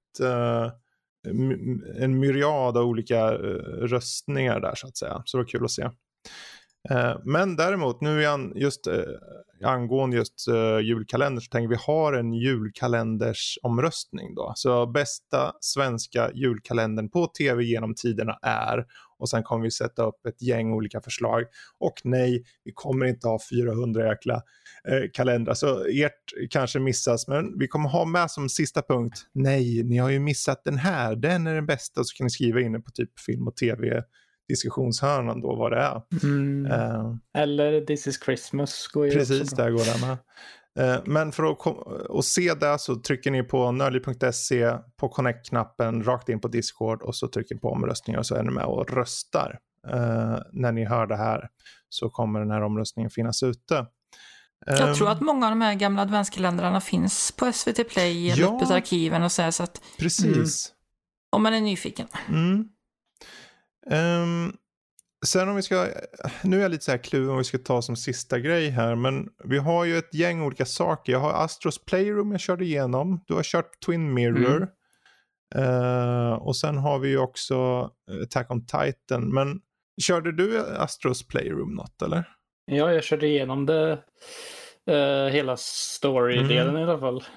en myriad av olika röstningar där så att säga. Så det var kul att se. Men däremot nu angående just julkalender så tänker vi har en julkalendersomröstning då. Så bästa svenska julkalendern på tv genom tiderna är, och sen kommer vi sätta upp ett gäng olika förslag. Och nej, vi kommer inte ha 400 jäkla kalendrar. Så ert kanske missas, men vi kommer ha med som sista punkt. Nej, ni har ju missat den här. Den är den bästa. Så kan ni skriva in det på typ film och tv diskussionshörnan då vad det är. Eller This is Christmas går ju precis, där går det med. Men för att se det så trycker ni på nördliv.se på connect-knappen rakt in på Discord och så trycker ni på omröstningar och så är ni med och röstar. När ni hör det här så kommer den här omröstningen finnas ute. Jag tror att många av de här gamla adventskalendrarna finns på SVT Play eller öppet arkiven och så att precis. om man är nyfiken. Sen om vi ska, nu är jag lite så här kluven om vi ska ta som sista grej här, men vi har ju ett gäng olika saker. Jag har Astros Playroom jag körde igenom. Du har kört Twin Mirror. Och sen har vi ju också Attack on Titan. Men körde du Astros Playroom något eller? Ja, jag körde igenom det hela story-delen i alla fall.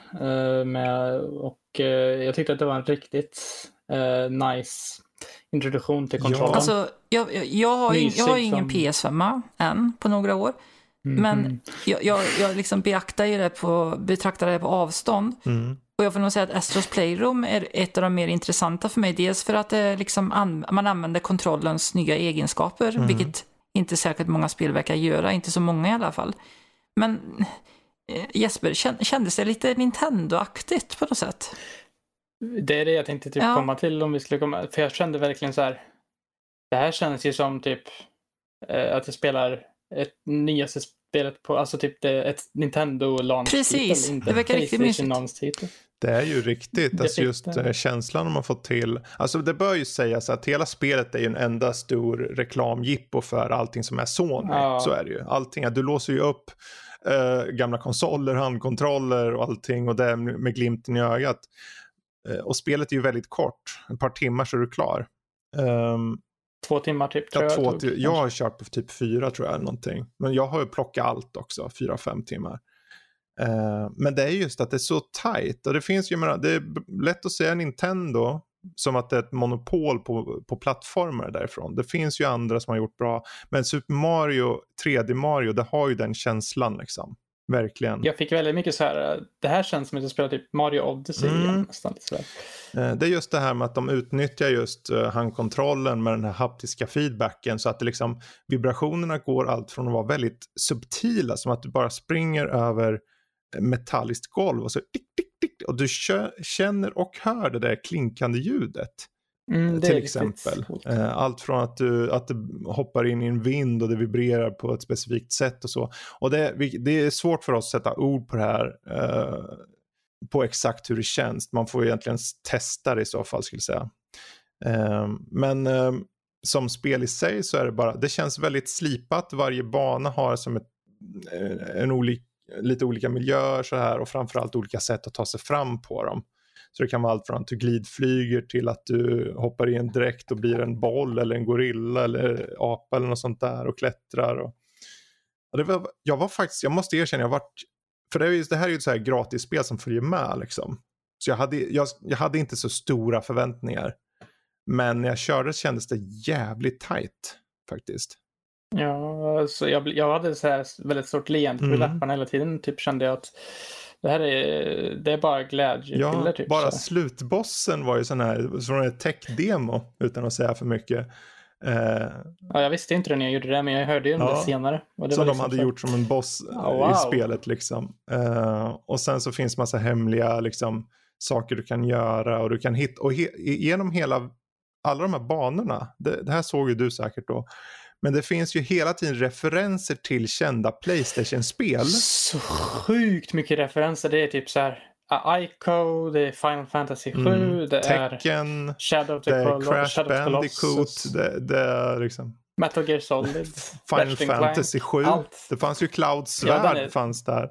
Jag tyckte att det var en riktigt nice introduktion till kontrollen. Ja. Alltså, jag har ingen PS5 än på några år. Men jag liksom betraktar det på avstånd. Och jag får nog säga att Astros Playroom är ett av de mer intressanta för mig. Dels för att det liksom man använder kontrollens nya egenskaper, vilket inte särskilt många spel verkar göra, inte så många i alla fall. Men Jesper, kändes det lite Nintendo-aktigt på något sätt? Det är det jag tänkte komma till om vi skulle komma. För jag kände verkligen så här. Det här känns ju som typ att jag spelar ett nyaste spelet på, alltså typ ett Nintendo launch. Precis, det verkar riktigt mysigt. Det är ju riktigt, alltså just känslan de har fått till. Alltså det bör ju sägas att hela spelet är ju en enda stor reklamgippo för allting som är Sony. Så är det ju. Allting, du låser ju upp gamla konsoler, handkontroller och allting, och det är med glimten i ögat. Och spelet är ju väldigt kort. Ett par timmar så är du klar. 2 timmar typ. Jag har kört på typ 4 tror jag eller någonting. Men jag har ju plockat allt också. 4-5 timmar. Men det är just att det är så tight. Och det finns ju, det är lätt att säga Nintendo som att det är ett monopol på plattformar därifrån. Det finns ju andra som har gjort bra. Men Super Mario, 3D Mario, det har ju den känslan liksom. Verkligen. Jag fick väldigt mycket så här, det här känns som att jag spelar typ Mario Odyssey igen, nästan så här. Det är just det här med att de utnyttjar just handkontrollen med den här haptiska feedbacken, så att det liksom, vibrationerna går allt från att vara väldigt subtila, som att du bara springer över metalliskt golv och så tick, tick, tick, och du känner och hör det där klinkande ljudet. Till exempel. Allt från att du hoppar in i en vind och det vibrerar på ett specifikt sätt och så. Och det är svårt för oss att sätta ord på det här på exakt hur det känns. Man får egentligen testa det i så fall, skulle jag säga. Men som spel i sig så är det bara, det känns väldigt slipat. Varje bana har som lite olika miljöer så här, och framförallt olika sätt att ta sig fram på dem. Så det kan vara allt från att du glidflyger till att du hoppar i en dräkt och blir en boll eller en gorilla eller apa eller något sånt där och klättrar. Och jag måste erkänna, för det här är ju ett så här gratis spel som följer med liksom. Så jag hade inte så stora förväntningar. Men när jag körde kändes det jävligt tight faktiskt. Ja, alltså jag hade så här väldigt stort leende på läpparna hela tiden. Typ kände jag att det är bara glädjepiller. Ja, typ, bara så. Slutbossen var ju sån här tech-demo, utan att säga för mycket. Ja, jag visste inte det när jag gjorde det, men jag hörde ju det senare. Och det som var de hade gjort som en boss i spelet liksom. Och sen så finns massa hemliga liksom, saker du kan göra, och du kan hitta, och genom alla de här banorna, det här såg ju du säkert då. Men det finns ju hela tiden referenser till kända PlayStation-spel. Så sjukt mycket referenser. Det är typ så här Ico, det är Final Fantasy 7, det Tekken, är Shadow of the det är Crash Bandicoot, det är liksom Metal Gear Solid, Final Fantasy 7. Allt. Det fanns ju Clouds svärd fanns där.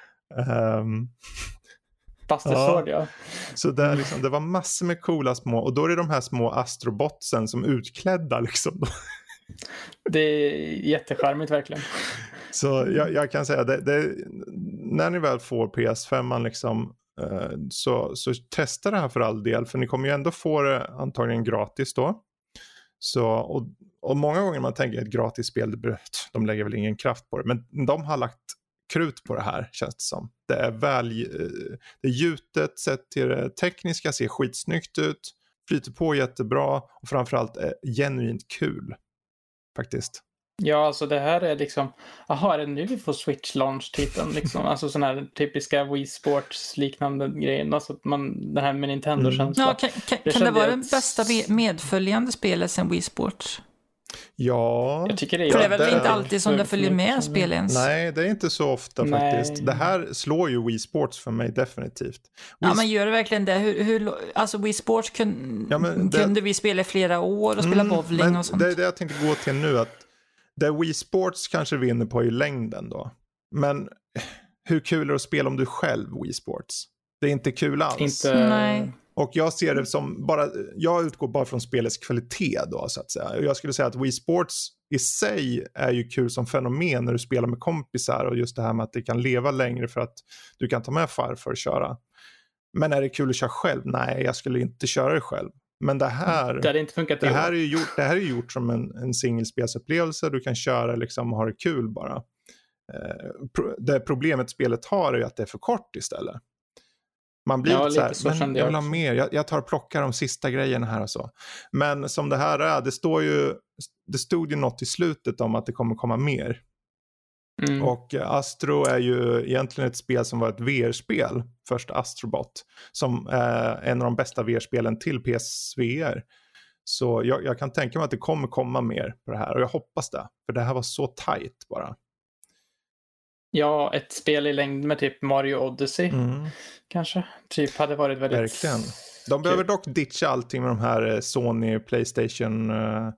Buster Sword, ja. Så där liksom, det var massor med coola små, och då är det de här små astrobotsen som utklädda liksom. Det är jättecharmigt verkligen. Så jag kan säga det, när ni väl får PS5 liksom, så testa det här för all del, för ni kommer ju ändå få det antagligen gratis då. Så, och många gånger man tänker ett gratis spel, de lägger väl ingen kraft på det, men de har lagt krut på det här, känns det som. Det är det är gjutet, sett till det tekniska, ser skitsnyggt ut, flyter på jättebra, och framförallt är genuint kul faktiskt. Ja, alltså det här är liksom, är det nu vi får Switch launch-titeln liksom, alltså sån här typiska Wii Sports liknande grejer, alltså att det här med Nintendo-känsla. Ja, kan det vara det bästa medföljande spelet sen Wii Sports? Ja. Jag tycker för det är väl inte alltid som det följer med spel ens. Nej, det är inte så ofta faktiskt. Det här slår ju Wii Sports för mig definitivt. Ja, men gör det verkligen det? Alltså Wii Sports kunde vi spela i flera år och spela bowling och sånt. Det är det jag tänkte gå till nu, att det Wii Sports kanske vinner på i längden då. Men hur kul är det att spela om du själv Wii Sports? Det är inte kul alls. Nej. Och jag ser det som jag utgår bara från spelets kvalitet då, så att säga. Jag skulle säga att Wii Sports i sig är ju kul som fenomen när du spelar med kompisar, och just det här med att det kan leva längre för att du kan ta med farfar och köra. Men är det kul att köra själv? Nej, jag skulle inte köra det själv. Men det här, det hade inte funkat. Det här är gjort som en singelspelsupplevelse. Du kan köra liksom och ha det kul bara. Det problemet spelet har är ju att det är för kort istället. Man blir lite så här, men jag vill ha mer. Jag tar och plockar de sista grejerna här och så. Men som det här är, det stod ju något i slutet om att det kommer komma mer. Och Astro är ju egentligen ett spel som var ett VR-spel. Först Astrobot. Som är en av de bästa VR-spelen till PSVR. Så jag kan tänka mig att det kommer komma mer på det här. Och jag hoppas det. För det här var så tight bara. Ja, ett spel i längd med typ Mario Odyssey kanske. Typ hade varit väldigt... Verkligen. De behöver dock ditcha allting med de här Sony, PlayStation...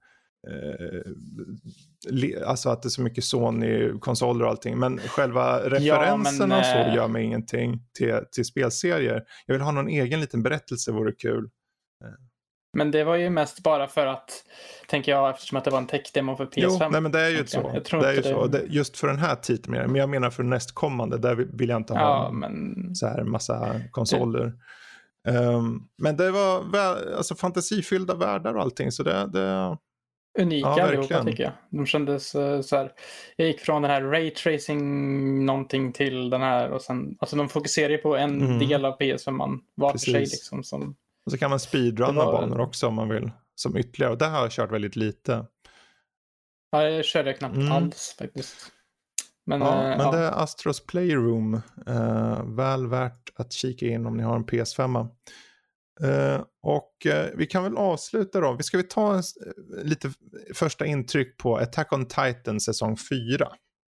alltså att det är så mycket Sony-konsoler och allting. Men själva referenserna och så gör mig ingenting till spelserier. Jag vill ha någon egen liten berättelse, vore kul. Men det var ju mest bara för att, tänker jag, eftersom att det var en tech-demo för PS5. Jo, nej men det är ju så. Det är ju så. Just för den här titeln, men jag menar för nästkommande, där vill jag inte ha så här massa konsoler. Men det var alltså fantasifyllda världar och allting, så det unika allihopa, tycker jag. De kändes så här, jag gick från den här raytracing någonting till den här, och sen, alltså de fokuserar ju på en del av PS5 man var för sig liksom, som... Och så kan man speedrunna banor också om man vill, som ytterligare. Och det har jag kört väldigt lite. Ja, jag körde knappt alls faktiskt. Men, men det är Astros Playroom. Väl värt att kika in om ni har en PS5. Och vi kan väl avsluta då. Ska vi ta lite första intryck på Attack on Titan säsong 4?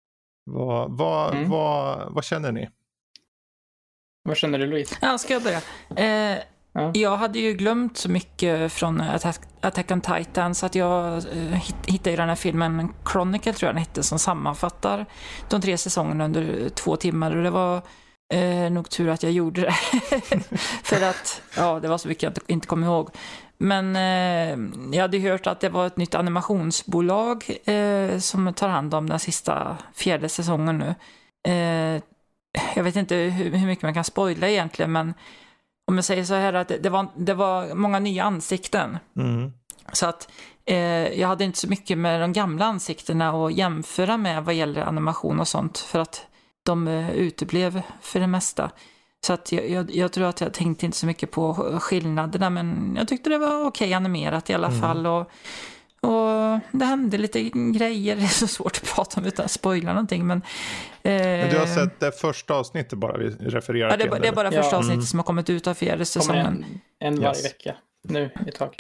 Vad känner ni? Vad känner du, Louise? Ja, ska jag börja? Jag hade ju glömt så mycket från Attack on Titan, så att jag hittade ju den här filmen Chronicle, tror jag den hette, som sammanfattar de 3 säsongerna under 2 timmar, och det var nog tur att jag gjorde det. För att det var så mycket jag inte kommer ihåg. Men jag hade hört att det var ett nytt animationsbolag som tar hand om den sista 4:e säsongen nu. Jag vet inte hur mycket man kan spoila egentligen, men om jag säger så här, att det var många nya ansikten. Så att jag hade inte så mycket med de gamla ansiktena att jämföra med vad gäller animation och sånt, för att de uteblev för det mesta. Så att jag tror att jag tänkte inte så mycket på skillnaderna, men jag tyckte det var okej animerat i alla fall, och det hände lite grejer. Det är så svårt att prata om utan att spoila någonting, men du har sett det första avsnittet bara vi refererar till? Det är bara första avsnittet som har kommit ut av 4:e säsongen. En varje vecka nu ett tag.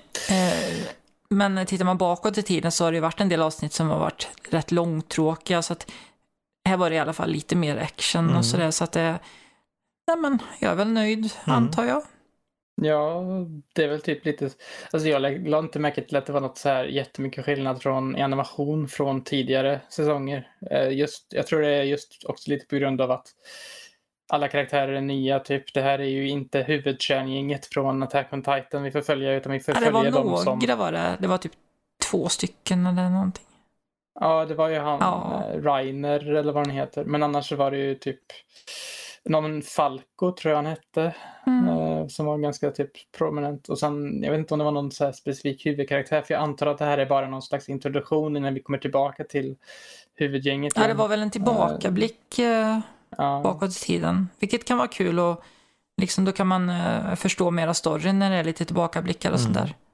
Men tittar man bakåt i tiden så har det varit en del avsnitt som har varit rätt långtråkiga, så att här var det i alla fall lite mer action och sådär, så att men jag är väl nöjd, antar jag. Ja, det är väl typ lite... Alltså jag lade inte märke till att det var något så här jättemycket skillnad i animation från tidigare säsonger. Jag tror det är just också lite på grund av att alla karaktärer är nya. Typ. Det här är ju inte huvudkärngänget från Attack on Titan vi förföljer, utan vi förföljer dem som... Det var typ 2 stycken eller någonting. Ja, det var ju han, Reiner eller vad han heter. Men annars var det ju typ... någon Falco tror jag han hette, som var ganska typ prominent, och sen, jag vet inte om det var någon så här specifik huvudkaraktär, för jag antar att det här är bara någon slags introduktion innan vi kommer tillbaka till huvudgänget. Ja, det var väl en tillbakablick bakåt i tiden, vilket kan vara kul, och liksom då kan man förstå mera storyn när det är lite tillbakablickar och sånt där.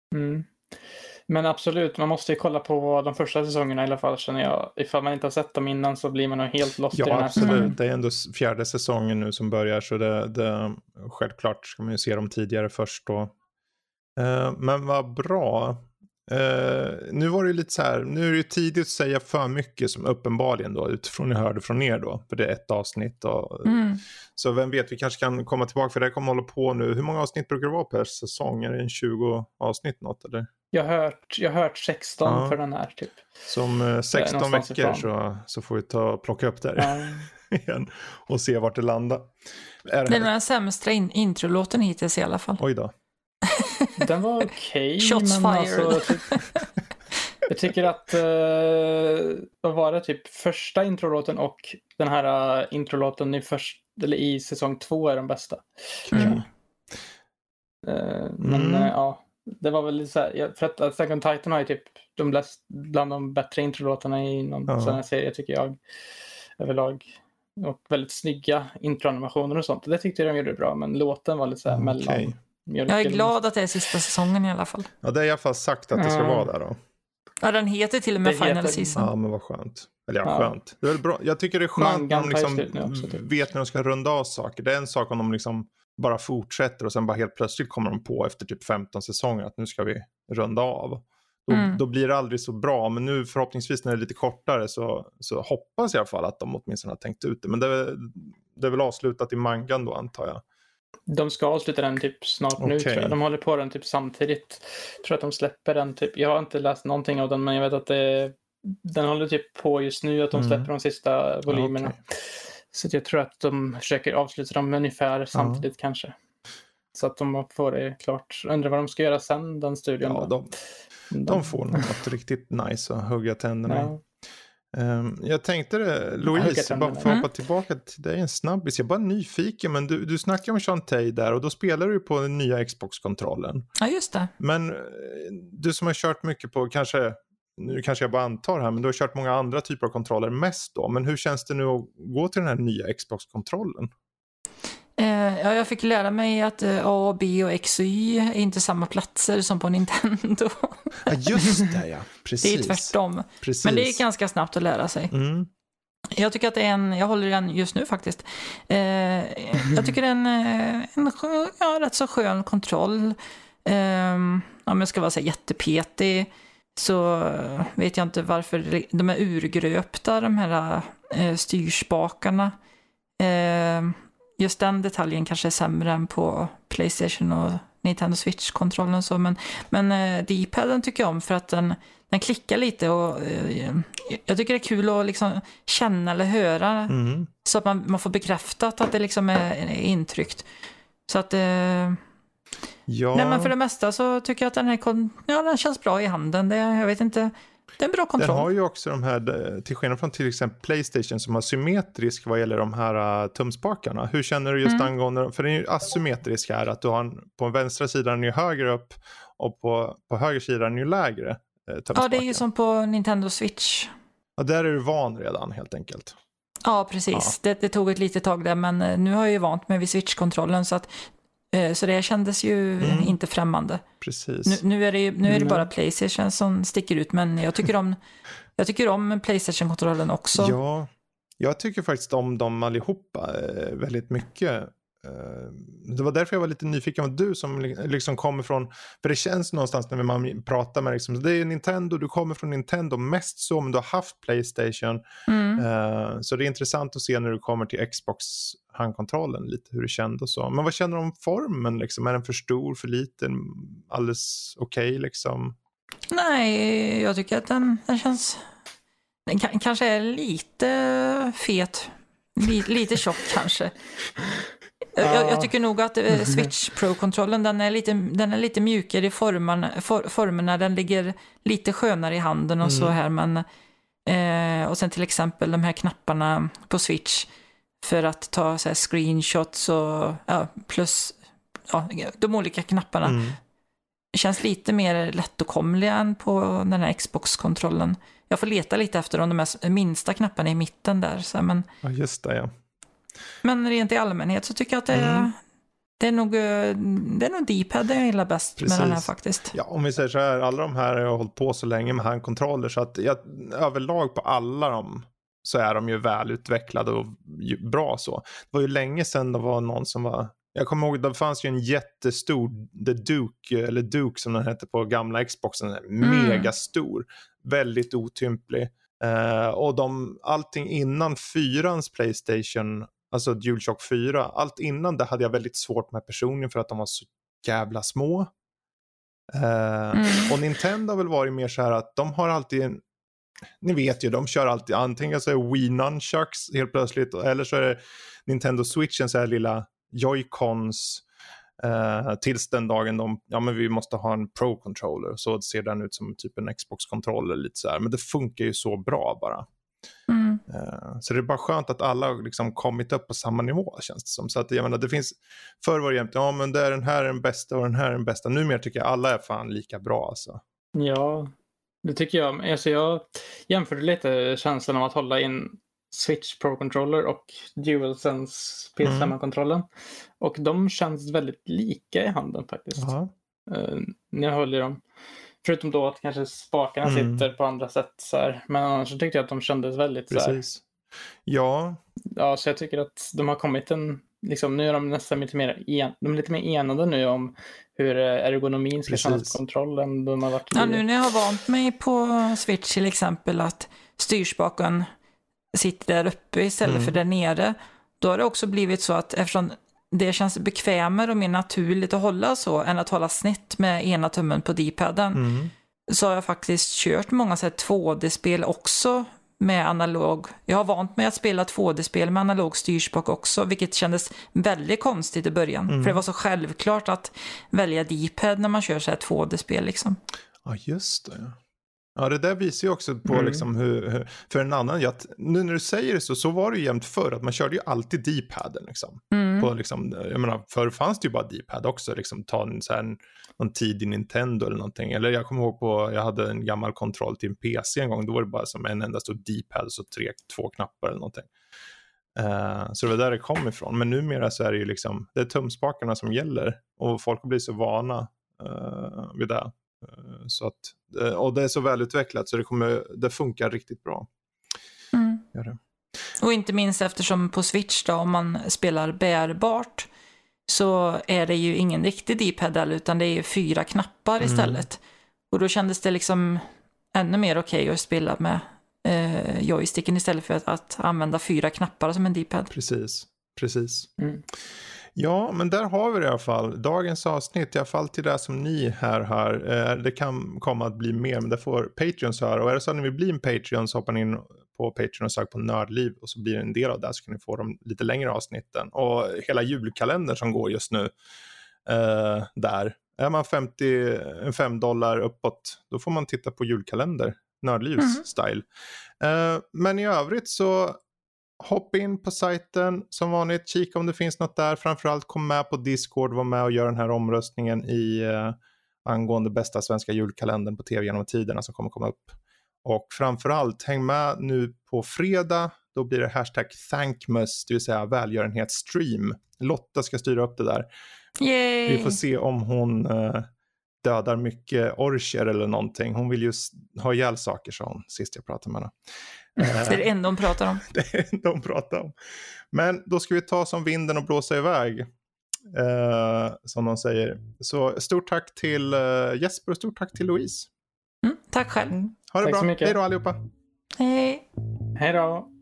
Men absolut, man måste ju kolla på de första säsongerna i alla fall, känner jag. Ifall man inte har sett dem innan så blir man nog helt lost i den här. Ja, absolut. Det är ändå 4:e säsongen nu som börjar, så det självklart ska man ju se dem tidigare först då. Men vad bra. Nu var det lite så här, nu är det ju tidigt att säga för mycket som uppenbarligen då, utifrån jag hörde från er då, för det är ett avsnitt och, så vem vet, vi kanske kan komma tillbaka, för det kommer hålla på nu. Hur många avsnitt brukar det vara per säsong? Är det en 20 avsnitt något eller? Jag har hört 16 för den här typ. Som 16 veckor så får vi plocka upp där igen och se vart det landar. Det är den sämsta introlåten hittills i alla fall. Oj då. Den var okej. Shots men fired. Alltså, typ, jag tycker att vad var det typ första introlåten och den här introlåten i säsong 2 är de bästa. Men ja, det var väl så här, för att Attack on Titan har ju typ bland de bättre introlåtarna i någon sån här serie tycker jag överlag. Och väldigt snygga introanimationer och sånt. Det tyckte jag de gjorde bra, men låten var lite så här mellan. Jag är glad att det är sista säsongen i alla fall. Ja, det är i alla fall sagt att det ska vara där då. Ja, den heter till och med Final Season. Ja, men vad skönt. Eller skönt. Det är väl bra. Jag tycker det är skönt när de liksom vet när de ska runda av saker. Det är en sak om de liksom bara fortsätter och sen bara helt plötsligt kommer de på efter typ 15 säsonger att nu ska vi runda av. Då blir det aldrig så bra. Men nu förhoppningsvis när det är lite kortare så hoppas jag i alla fall att de åtminstone har tänkt ut det. Men det är väl avslutat i mangan då, antar jag. De ska avsluta den typ snart nu tror jag. De håller på den typ samtidigt. Jag tror att de släpper den typ. Jag har inte läst någonting av den, men jag vet att den håller typ på just nu att de släpper de sista volymerna. Så jag tror att de försöker avsluta dem ungefär samtidigt kanske. Så att de får det klart. Undrar vad de ska göra sen, den studion. Ja, de får något riktigt nice att hugga tänderna i. Jag tänkte det, Louise, bara för att hoppa tillbaka till dig en snabbis. Jag är bara nyfiken, men du snackar om Shantae där och då spelar du på den nya Xbox-kontrollen. Ja, just det. Men du som har kört mycket på, nu kanske jag bara antar här, men du har kört många andra typer av kontroller mest då. Men hur känns det nu att gå till den här nya Xbox-kontrollen? Ja, jag fick lära mig att A, B och X och Y är inte samma platser som på Nintendo. Ja, just det, ja. Precis. Det är tvärtom. Precis. Men det är ganska snabbt att lära sig. Jag tycker att det är jag håller den just nu faktiskt. Jag tycker det är en rätt så skön kontroll. Om jag ska vara så jättepetig så vet jag inte varför de är urgröpta, de här styrspakarna. Just den detaljen kanske är sämre än på PlayStation och Nintendo Switch-kontrollen och så, men D-paden tycker jag om för att den klickar lite och jag tycker det är kul att liksom känna eller höra så att man får bekräftat att det liksom är intryckt. Så att nej, men för det mesta så tycker jag att den här den känns bra i handen. Jag vet inte. Det är en bra kontroll. Den har ju också de här, till skillnad från till exempel PlayStation som har symmetrisk vad gäller de här tumspakarna. Hur känner du just angående, för den är ju asymmetrisk här, att du har på vänstra sidan är ju högre upp och på höger sidan är ju lägre tumspakar. Ja, det är ju som på Nintendo Switch. Ja, där är du van redan helt enkelt. Ja, precis. Ja. Det tog ett litet tag där, men nu har jag ju vant mig vid Switch-kontrollen så det kändes ju inte främmande. Precis. Nu är det bara PlayStation som sticker ut, men jag tycker om PlayStation-kontrollen också. Ja, jag tycker faktiskt om dem allihopa väldigt mycket. Det var därför jag var lite nyfiken på du som liksom kommer från, för det känns någonstans när man pratar med liksom, det är Nintendo, du kommer från Nintendo mest så om du har haft PlayStation. Så det är intressant att se när du kommer till Xbox handkontrollen lite hur det kändes och så. Men vad känner du om formen liksom? Är den för stor, för liten, alldeles okej liksom? Nej, jag tycker att den känns, den kanske är lite fet, lite tjock kanske. Jag tycker nog att Switch Pro-kontrollen den är lite mjukare i formerna, den ligger lite skönare i handen och så här, men och sen till exempel de här knapparna på Switch för att ta så här screenshots och plus de olika knapparna känns lite mer lättåtkomliga än på den här Xbox-kontrollen. Jag får leta lite efter de minsta knapparna i mitten där så här, men ja, just det, ja. Men rent i allmänhet så tycker jag att det är nog D-pad jag gillar bäst. Precis. Med den här faktiskt. Ja, om vi säger så här, alla de här har jag hållit på så länge med handkontroller så att överlag på alla dem så är de ju välutvecklade och bra så. Det var ju länge sedan det var någon som var Jag kommer ihåg, det fanns ju en jättestor Duke som den hette på gamla Xboxen. Megastor. Väldigt otymplig. Och allting innan 4:ans PlayStation, alltså DualShock 4, allt innan det hade jag väldigt svårt med personligen för att de var så jävla små. Och Nintendo har väl varit mer så här att de har alltid ni vet ju, de kör alltid antingen så är Wii Nunchucks helt plötsligt, eller så är det Nintendo Switch, en så här lilla Joy-Cons tills den dagen men vi måste ha en Pro-controller, så ser den ut som typ en Xbox-controller lite så här, men det funkar ju så bra bara. Så det är bara skönt att alla liksom kommit upp på samma nivå, känns det som. Så att jag menar, det finns förr var det jämt, men det är den här är den bästa och den här är den bästa. Numera tycker jag alla är fan lika bra alltså. Ja, det tycker jag. Alltså jag jämförde lite känslan av att hålla in Switch Pro-controller och DualSense PS5-kontrollen. Och de känns väldigt lika i handen faktiskt. När jag håller dem. Förutom då att kanske spakarna sitter på andra sätt så här. Men annars så tyckte jag att de kändes väldigt så här. Precis. Ja, så jag tycker att de har kommit liksom, nu är de nästan lite mer de är lite mer enade nu om hur ergonomin ska kännas på kontrollen. De har varit nu när jag har vant mig på Switch till exempel att styrspaken sitter där uppe istället för där nere, då har det också blivit så att eftersom det känns bekvämare och mer naturligt att hålla så än att hålla snett med ena tummen på D-padden, så har jag faktiskt kört många så här 2D-spel också med analog. Jag har vant mig att spela 2D-spel med analog styrspak också, vilket kändes väldigt konstigt i början. För det var så självklart att välja D-pad när man kör så här 2D-spel liksom. Ja, just det. Ja, det där visar ju också på liksom hur för en annan, nu när du säger det så var det ju jämt förr att man körde ju alltid D-paden liksom. På liksom, jag menar, förr fanns det ju bara D-pad också, liksom ta någon tid i Nintendo eller någonting. Eller jag kommer ihåg jag hade en gammal kontroll till en PC en gång, då var det bara som en enda stor D-pad, så 2 knappar eller någonting. Så det var där det kom ifrån. Men numera så är det ju liksom, det är tumspakarna som gäller, och folk blir så vana vid det. Så att, och det är så välutvecklat så det funkar riktigt bra. Gör det. Och inte minst eftersom på Switch då, om man spelar bärbart, så är det ju ingen riktig D-pad utan det är ju 4 knappar istället. Och då kändes det liksom ännu mer okej att spela med joysticken istället för att använda 4 knappar som en D-pad. Precis. Ja, men där har vi det i alla fall. Dagens avsnitt, i alla fall till det som ni här. Det kan komma att bli mer, men det får Patreons höra. Och är det så att ni vill bli en Patreon, så hoppar ni in på Patreon och sök på Nördliv, och så blir det en del av det, så kan ni få de lite längre avsnitten. Och hela julkalendern som går just nu där. Är man $5 uppåt, då får man titta på julkalender. Nördlivs style. Men i övrigt så hoppa in på sajten som vanligt, kika om det finns något där. Framförallt kom med på Discord, var med och gör den här omröstningen angående bästa svenska julkalendern på tv genom tiderna som kommer komma upp. Och framförallt häng med nu på fredag, då blir det #Thankmas, det vill säga välgörenhetsstream. Lotta ska styra upp det där. Yay! Vi får se om hon dödar mycket orcher eller någonting. Hon vill ju ha ihjäl saker, sa hon sist jag pratade med henne. Det är det enda de pratar om. Det är det de pratar om. Men då ska vi ta som vinden och blåsa iväg. Som de säger. Så stort tack till Jesper och stort tack till Louise. Tack själv. Ha det tack bra. Så mycket. Hej då allihopa. Hej. Hej då.